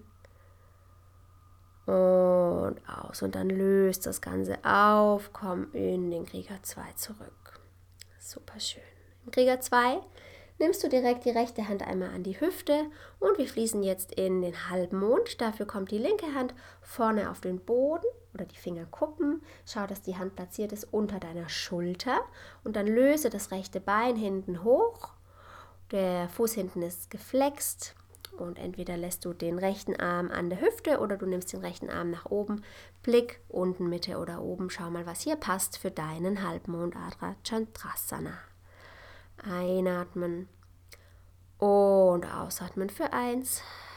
Und aus. Und dann löst das Ganze auf. Komm in den Krieger 2 zurück. Super schön. Im Krieger 2 nimmst du direkt die rechte Hand einmal an die Hüfte und wir fließen jetzt in den Halbmond. Dafür kommt die linke Hand vorne auf den Boden oder die Fingerkuppen. Schau, dass die Hand platziert ist unter deiner Schulter und dann löse das rechte Bein hinten hoch. Der Fuß hinten ist geflext und entweder lässt du den rechten Arm an der Hüfte oder du nimmst den rechten Arm nach oben. Blick unten, Mitte oder oben. Schau mal, was hier passt für deinen Halbmond Ardha Chandrasana. Einatmen und ausatmen für 1.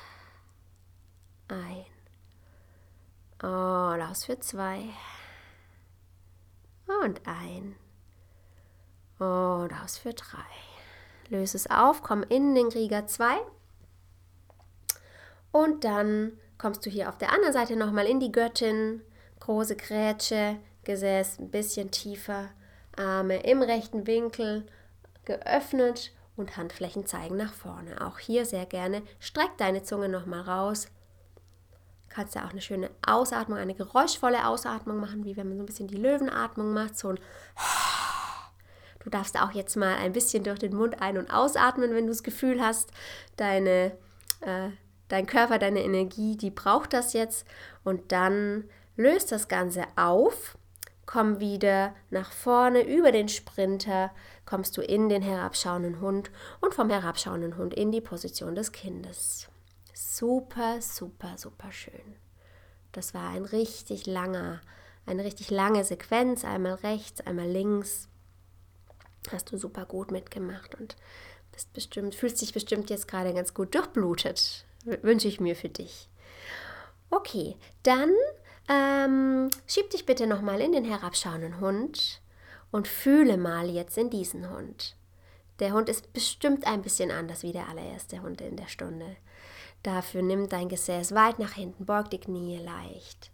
Ein. Und aus für 2. Und ein. Und aus für 3. Löse es auf, komm in den Krieger 2. Und dann kommst du hier auf der anderen Seite nochmal in die Göttin. Große Grätsche, Gesäß ein bisschen tiefer, Arme im rechten Winkel, geöffnet und Handflächen zeigen nach vorne. Auch hier sehr gerne. Streck deine Zunge nochmal raus. Kannst ja auch eine schöne Ausatmung, eine geräuschvolle Ausatmung machen, wie wenn man so ein bisschen die Löwenatmung macht. So ein Du darfst auch jetzt mal ein bisschen durch den Mund ein- und ausatmen, wenn du das Gefühl hast, dein Körper, deine Energie, die braucht das jetzt. Und dann löst das Ganze auf. Komm wieder nach vorne über den Sprinter, kommst du in den herabschauenden Hund und vom herabschauenden Hund in die Position des Kindes. Super, super, super schön. Das war eine richtig lange Sequenz, einmal rechts, einmal links. Hast du super gut mitgemacht und fühlst dich bestimmt jetzt gerade ganz gut durchblutet. Wünsche ich mir für dich. Okay, dann schieb dich bitte nochmal in den herabschauenden Hund und fühle mal jetzt in diesen Hund. Der Hund ist bestimmt ein bisschen anders wie der allererste Hund in der Stunde. Dafür nimm dein Gesäß weit nach hinten, beug die Knie leicht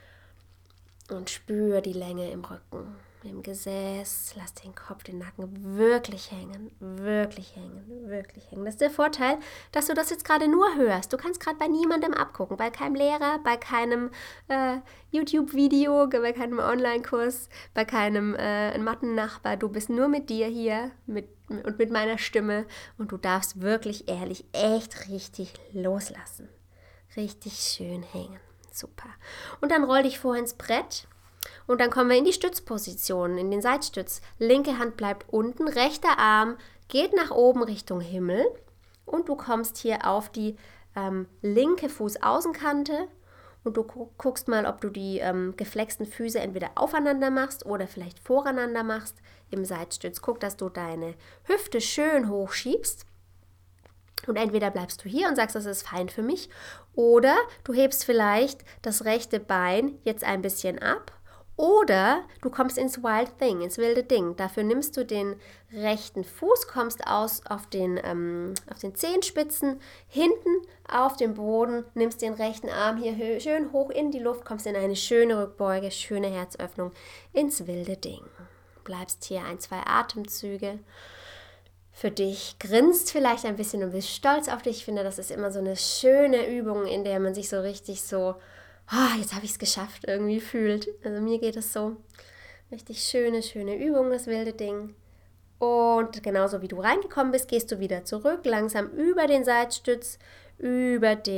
und spür die Länge im Rücken, im Gesäß. Lass den Kopf, den Nacken wirklich hängen, wirklich hängen, wirklich hängen. Das ist der Vorteil, dass du das jetzt gerade nur hörst. Du kannst gerade bei niemandem abgucken, bei keinem Lehrer, bei keinem YouTube-Video, bei keinem Online-Kurs, bei keinem Matten-Nachbar. Du bist nur mit dir hier und mit meiner Stimme und du darfst wirklich ehrlich, echt richtig loslassen. Richtig schön hängen. Super. Und dann roll dich vor ins Brett und dann kommen wir in die Stützposition, in den Seitstütz. Linke Hand bleibt unten, rechter Arm geht nach oben Richtung Himmel und du kommst hier auf die linke Fußaußenkante und du guckst mal, ob du die geflexten Füße entweder aufeinander machst oder vielleicht voreinander machst im Seitstütz. Guck, dass du deine Hüfte schön hochschiebst. Und entweder bleibst du hier und sagst, das ist fein für mich, oder du hebst vielleicht das rechte Bein jetzt ein bisschen ab, oder du kommst ins Wild Thing, ins wilde Ding. Dafür nimmst du den rechten Fuß, kommst auf den Zehenspitzen, hinten auf dem Boden, nimmst den rechten Arm hier schön hoch in die Luft, kommst in eine schöne Rückbeuge, schöne Herzöffnung ins wilde Ding. Bleibst hier 1-2 Atemzüge. Für dich, grinst vielleicht ein bisschen und bist stolz auf dich. Ich finde, das ist immer so eine schöne Übung, in der man sich so richtig so, jetzt habe ich es geschafft, irgendwie fühlt. Also mir geht es so. Richtig schöne Übung, das wilde Ding. Und genauso wie du reingekommen bist, gehst du wieder zurück, langsam über den Seitstütz, und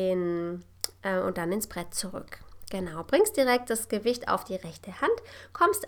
dann ins Brett zurück. Genau, bringst direkt das Gewicht auf die rechte Hand, kommst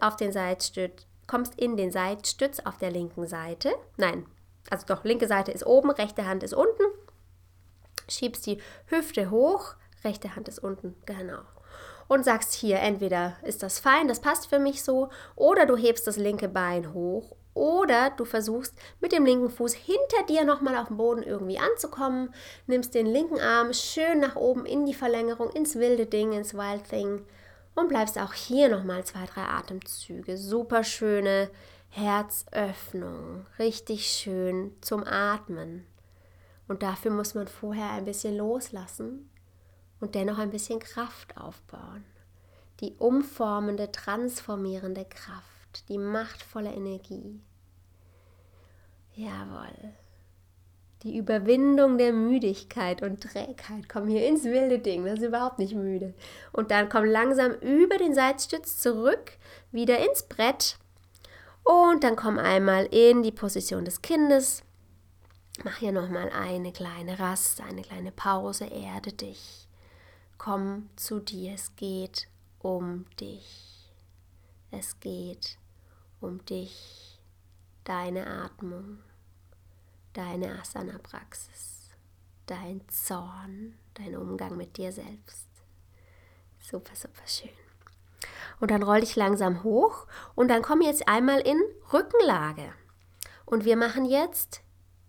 in den Seitstütz auf der linken Seite. Also doch, linke Seite ist oben, rechte Hand ist unten. Schiebst die Hüfte hoch, rechte Hand ist unten, genau. Und sagst hier, entweder ist das fein, das passt für mich so, oder du hebst das linke Bein hoch, oder du versuchst mit dem linken Fuß hinter dir nochmal auf dem Boden irgendwie anzukommen, nimmst den linken Arm schön nach oben in die Verlängerung, ins wilde Ding, ins Wild Thing und bleibst auch hier nochmal 2-3 Atemzüge. Super schöne Herzöffnung, richtig schön zum Atmen. Und dafür muss man vorher ein bisschen loslassen und dennoch ein bisschen Kraft aufbauen. Die umformende, transformierende Kraft, die machtvolle Energie. Jawohl. Die Überwindung der Müdigkeit und Trägheit. Komm hier ins wilde Ding, das ist überhaupt nicht müde. Und dann komm langsam über den Seitstütz zurück, wieder ins Brett. Und dann komm einmal in die Position des Kindes. Mach hier nochmal eine kleine Rast, eine kleine Pause, erde dich. Komm zu dir, es geht um dich. Es geht um dich, deine Atmung. Deine Asana-Praxis, dein Zorn, dein Umgang mit dir selbst. Super, super schön. Und dann roll dich langsam hoch und dann komm jetzt einmal in Rückenlage. Und wir machen jetzt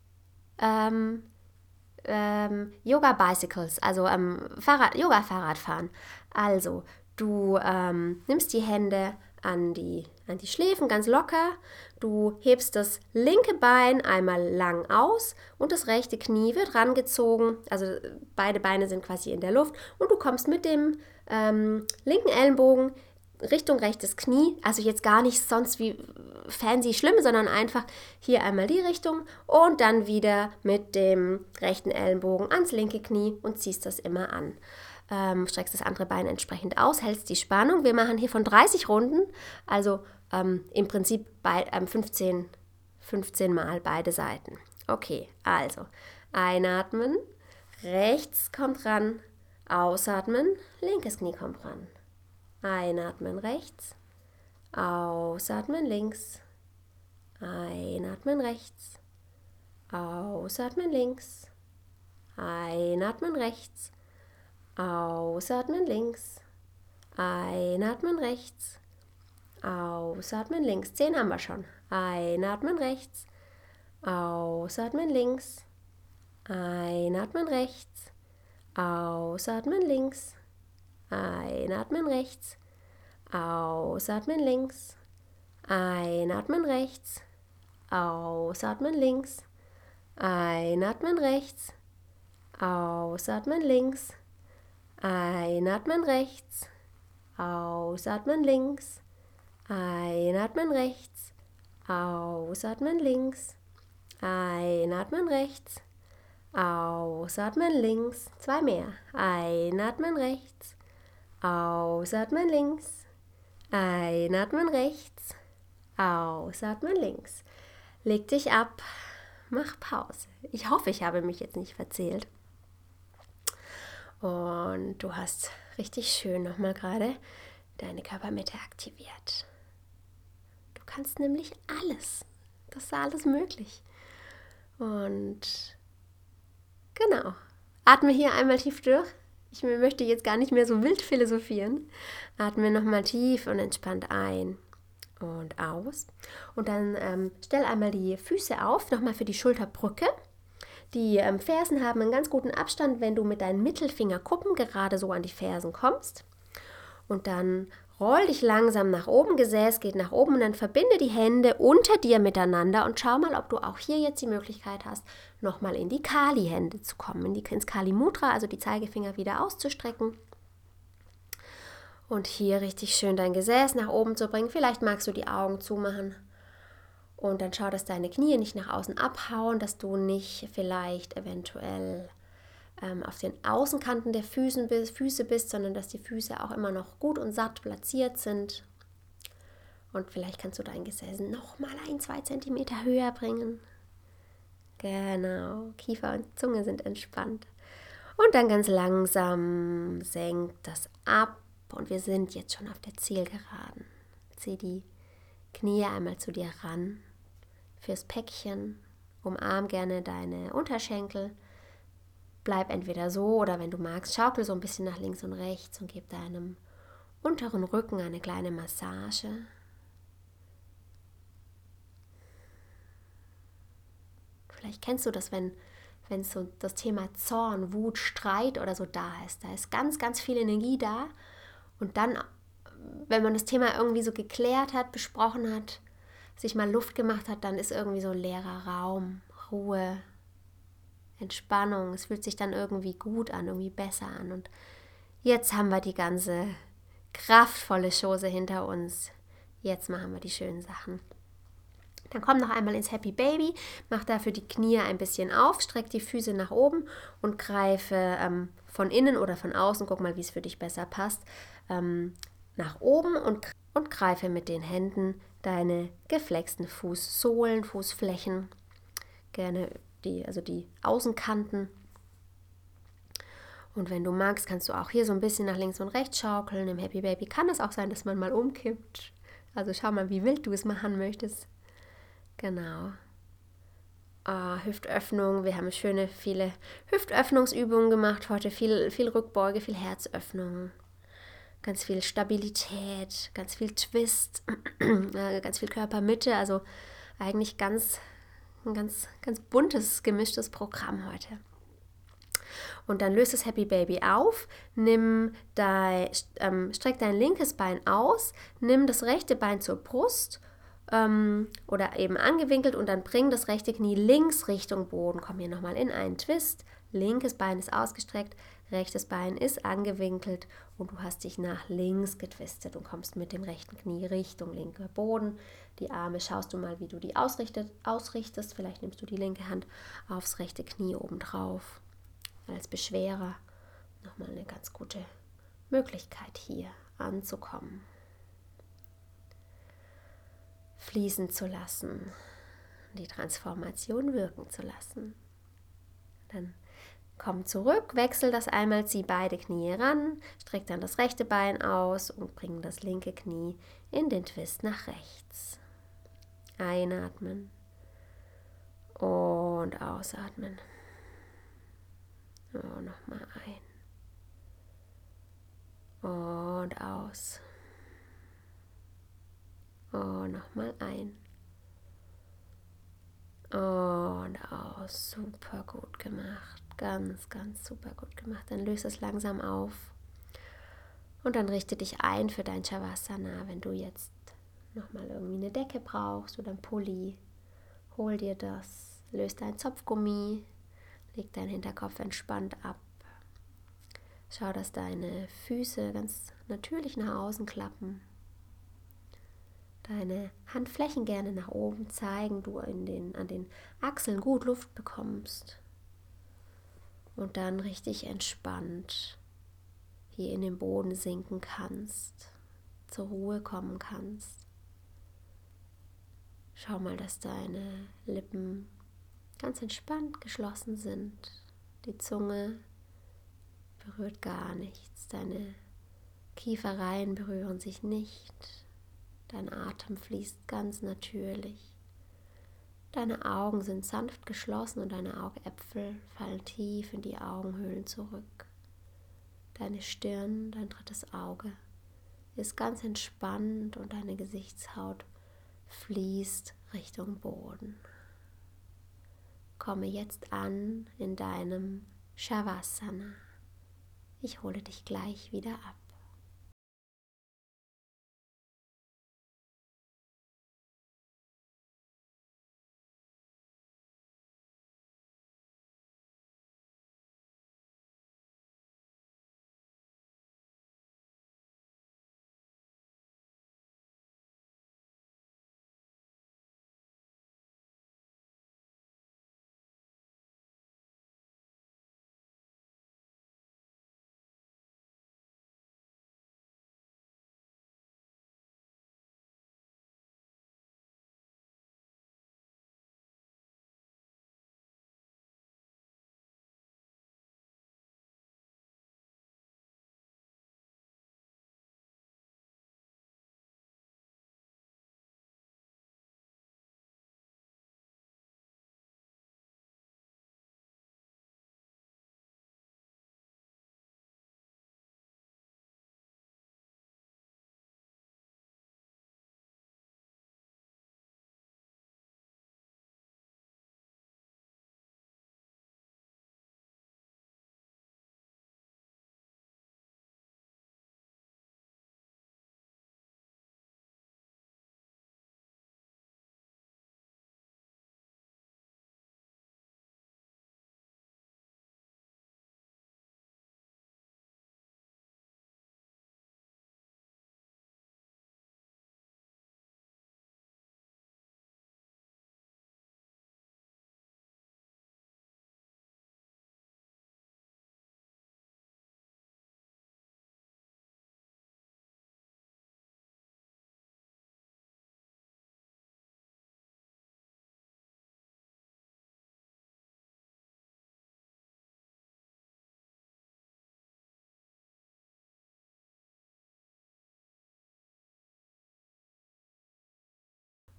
Yoga Bicycles, also Yoga-Fahrradfahren. Also du nimmst die Hände an die Schläfen ganz locker. Du hebst das linke Bein einmal lang aus und das rechte Knie wird rangezogen. Also beide Beine sind quasi in der Luft und du kommst mit dem linken Ellenbogen Richtung rechtes Knie. Also jetzt gar nicht sonst wie fancy schlimm, sondern einfach hier einmal die Richtung und dann wieder mit dem rechten Ellenbogen ans linke Knie und ziehst das immer an. Streckst das andere Bein entsprechend aus, hältst die Spannung. Wir machen hier von 30 Runden, also im Prinzip 15 Mal beide Seiten. Okay, also einatmen, rechts kommt ran, ausatmen, linkes Knie kommt ran. Einatmen rechts, ausatmen links, einatmen rechts, ausatmen links, einatmen rechts, ausatmen links, einatmen rechts, ausatmen links. 10 haben wir schon. Einatmen rechts, ausatmen links, einatmen rechts, ausatmen links, einatmen rechts, ausatmen links, einatmen rechts, ausatmen links, einatmen rechts, ausatmen links, einatmen rechts, ausatmen links, einatmen rechts, ausatmen links, einatmen rechts, ausatmen links, 2 mehr, einatmen rechts, ausatmen links, einatmen rechts, ausatmen links. Leg dich ab, mach Pause. Ich hoffe, ich habe mich jetzt nicht verzählt. Und du hast richtig schön nochmal gerade deine Körpermitte aktiviert. Du kannst nämlich alles. Das ist alles möglich. Und genau. Atme hier einmal tief durch. Ich möchte jetzt gar nicht mehr so wild philosophieren. Atme nochmal tief und entspannt ein und aus. Und dann stell einmal die Füße auf, nochmal für die Schulterbrücke. Die Fersen haben einen ganz guten Abstand, wenn du mit deinen Mittelfingerkuppen gerade so an die Fersen kommst. Und dann roll dich langsam nach oben, Gesäß geht nach oben und dann verbinde die Hände unter dir miteinander und schau mal, ob du auch hier jetzt die Möglichkeit hast, nochmal in die Kali-Hände zu kommen, ins Kali-Mudra, also die Zeigefinger wieder auszustrecken. Und hier richtig schön dein Gesäß nach oben zu bringen. Vielleicht magst du die Augen zumachen. Und dann schau, dass deine Knie nicht nach außen abhauen, dass du nicht vielleicht eventuell auf den Außenkanten der Füße bist, sondern dass die Füße auch immer noch gut und satt platziert sind. Und vielleicht kannst du dein Gesäß nochmal 1-2 Zentimeter höher bringen. Genau, Kiefer und Zunge sind entspannt. Und dann ganz langsam senkt das ab und wir sind jetzt schon auf der Zielgeraden. Zieh die Knie einmal zu dir ran. Fürs Päckchen, umarm gerne deine Unterschenkel. Bleib entweder so oder wenn du magst, schaukel so ein bisschen nach links und rechts und gib deinem unteren Rücken eine kleine Massage. Vielleicht kennst du das, wenn so das Thema Zorn, Wut, Streit oder so da ist. Da ist ganz, ganz viel Energie da. Und dann, wenn man das Thema irgendwie so geklärt hat, besprochen hat, sich mal Luft gemacht hat, dann ist irgendwie so ein leerer Raum, Ruhe, Entspannung. Es fühlt sich dann irgendwie gut an, irgendwie besser an. Und jetzt haben wir die ganze kraftvolle Chose hinter uns. Jetzt machen wir die schönen Sachen. Dann komm noch einmal ins Happy Baby, mach dafür die Knie ein bisschen auf, streck die Füße nach oben und greife von innen oder von außen, guck mal, wie es für dich besser passt, nach oben und greife mit den Händen deine geflexten Fußsohlen, Fußflächen, gerne die Außenkanten. Und wenn du magst, kannst du auch hier so ein bisschen nach links und rechts schaukeln. Im Happy Baby kann es auch sein, dass man mal umkippt. Also schau mal, wie wild du es machen möchtest. Genau. Hüftöffnung. Wir haben viele Hüftöffnungsübungen gemacht heute. Viel Rückbeuge, viel Herzöffnung. Ganz viel Stabilität, ganz viel Twist, ganz viel Körpermitte. Also eigentlich ein ganz buntes, gemischtes Programm heute. Und dann löst das Happy Baby auf, streck dein linkes Bein aus, nimm das rechte Bein zur Brust oder eben angewinkelt und dann bring das rechte Knie links Richtung Boden. Komm hier nochmal in einen Twist. Linkes Bein ist ausgestreckt, rechtes Bein ist angewinkelt und du hast dich nach links getwistet und kommst mit dem rechten Knie Richtung linker Boden. Die Arme schaust du mal, wie du die ausrichtest. Vielleicht nimmst du die linke Hand aufs rechte Knie obendrauf. Als Beschwerer nochmal eine ganz gute Möglichkeit hier anzukommen. Fließen zu lassen, die Transformation wirken zu lassen. Dann komm zurück, wechsel das einmal, zieh beide Knie ran, streck dann das rechte Bein aus und bring das linke Knie in den Twist nach rechts. Einatmen und ausatmen. Oh, nochmal ein. Und aus. Oh, nochmal ein. Und aus. Super gut gemacht. Ganz, ganz super gut gemacht. Dann löse es langsam auf. Und dann richte dich ein für dein Shavasana. Wenn du jetzt nochmal irgendwie eine Decke brauchst oder ein Pulli, hol dir das. Löse dein Zopfgummi. Leg deinen Hinterkopf entspannt ab. Schau, dass deine Füße ganz natürlich nach außen klappen. Deine Handflächen gerne nach oben zeigen, du an den Achseln gut Luft bekommst. Und dann richtig entspannt hier in den Boden sinken kannst, zur Ruhe kommen kannst. Schau mal, dass deine Lippen ganz entspannt geschlossen sind. Die Zunge berührt gar nichts. Deine Kieferreihen berühren sich nicht. Dein Atem fließt ganz natürlich. Deine Augen sind sanft geschlossen und deine Augäpfel fallen tief in die Augenhöhlen zurück. Deine Stirn, dein drittes Auge, ist ganz entspannt und deine Gesichtshaut fließt Richtung Boden. Komme jetzt an in deinem Shavasana. Ich hole dich gleich wieder ab.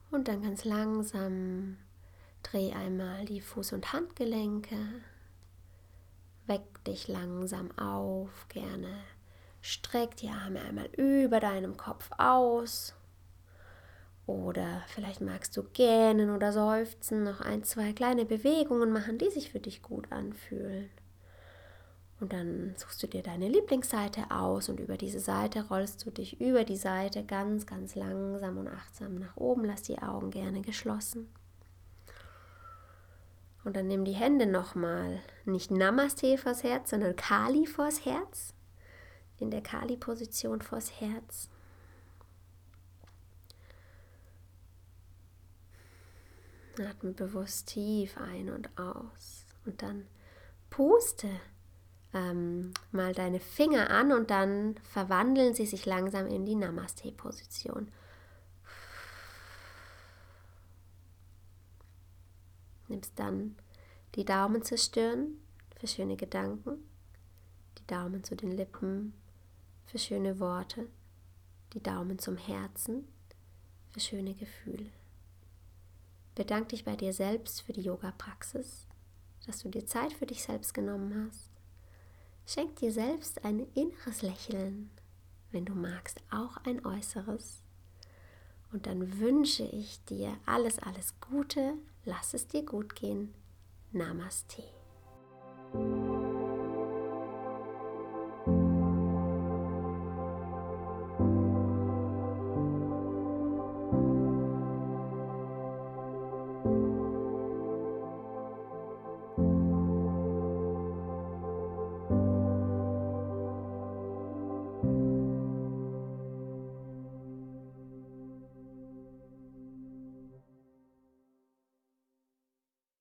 Und dann ganz langsam dreh einmal die Fuß- und Handgelenke. Weck dich langsam auf, gerne. Streck die Arme einmal über deinem Kopf aus. Oder vielleicht magst du gähnen oder seufzen, noch 1, 2 kleine Bewegungen machen, die sich für dich gut anfühlen. Und dann suchst du dir deine Lieblingsseite aus und über diese Seite rollst du dich über die Seite ganz, ganz langsam und achtsam nach oben. Lass die Augen gerne geschlossen. Und dann nimm die Hände nochmal, nicht Namaste vors Herz, sondern Kali vors Herz. In der Kali-Position vors Herz. Atme bewusst tief ein und aus. Und dann puste mal deine Finger an und dann verwandeln sie sich langsam in die Namaste-Position. Nimmst dann die Daumen zur Stirn für schöne Gedanken, die Daumen zu den Lippen für schöne Worte, die Daumen zum Herzen für schöne Gefühle. Bedank dich bei dir selbst für die Yoga-Praxis, dass du dir Zeit für dich selbst genommen hast. Schenk dir selbst ein inneres Lächeln, wenn du magst, auch ein äußeres. Und dann wünsche ich dir alles, alles Gute, lass es dir gut gehen. Namaste.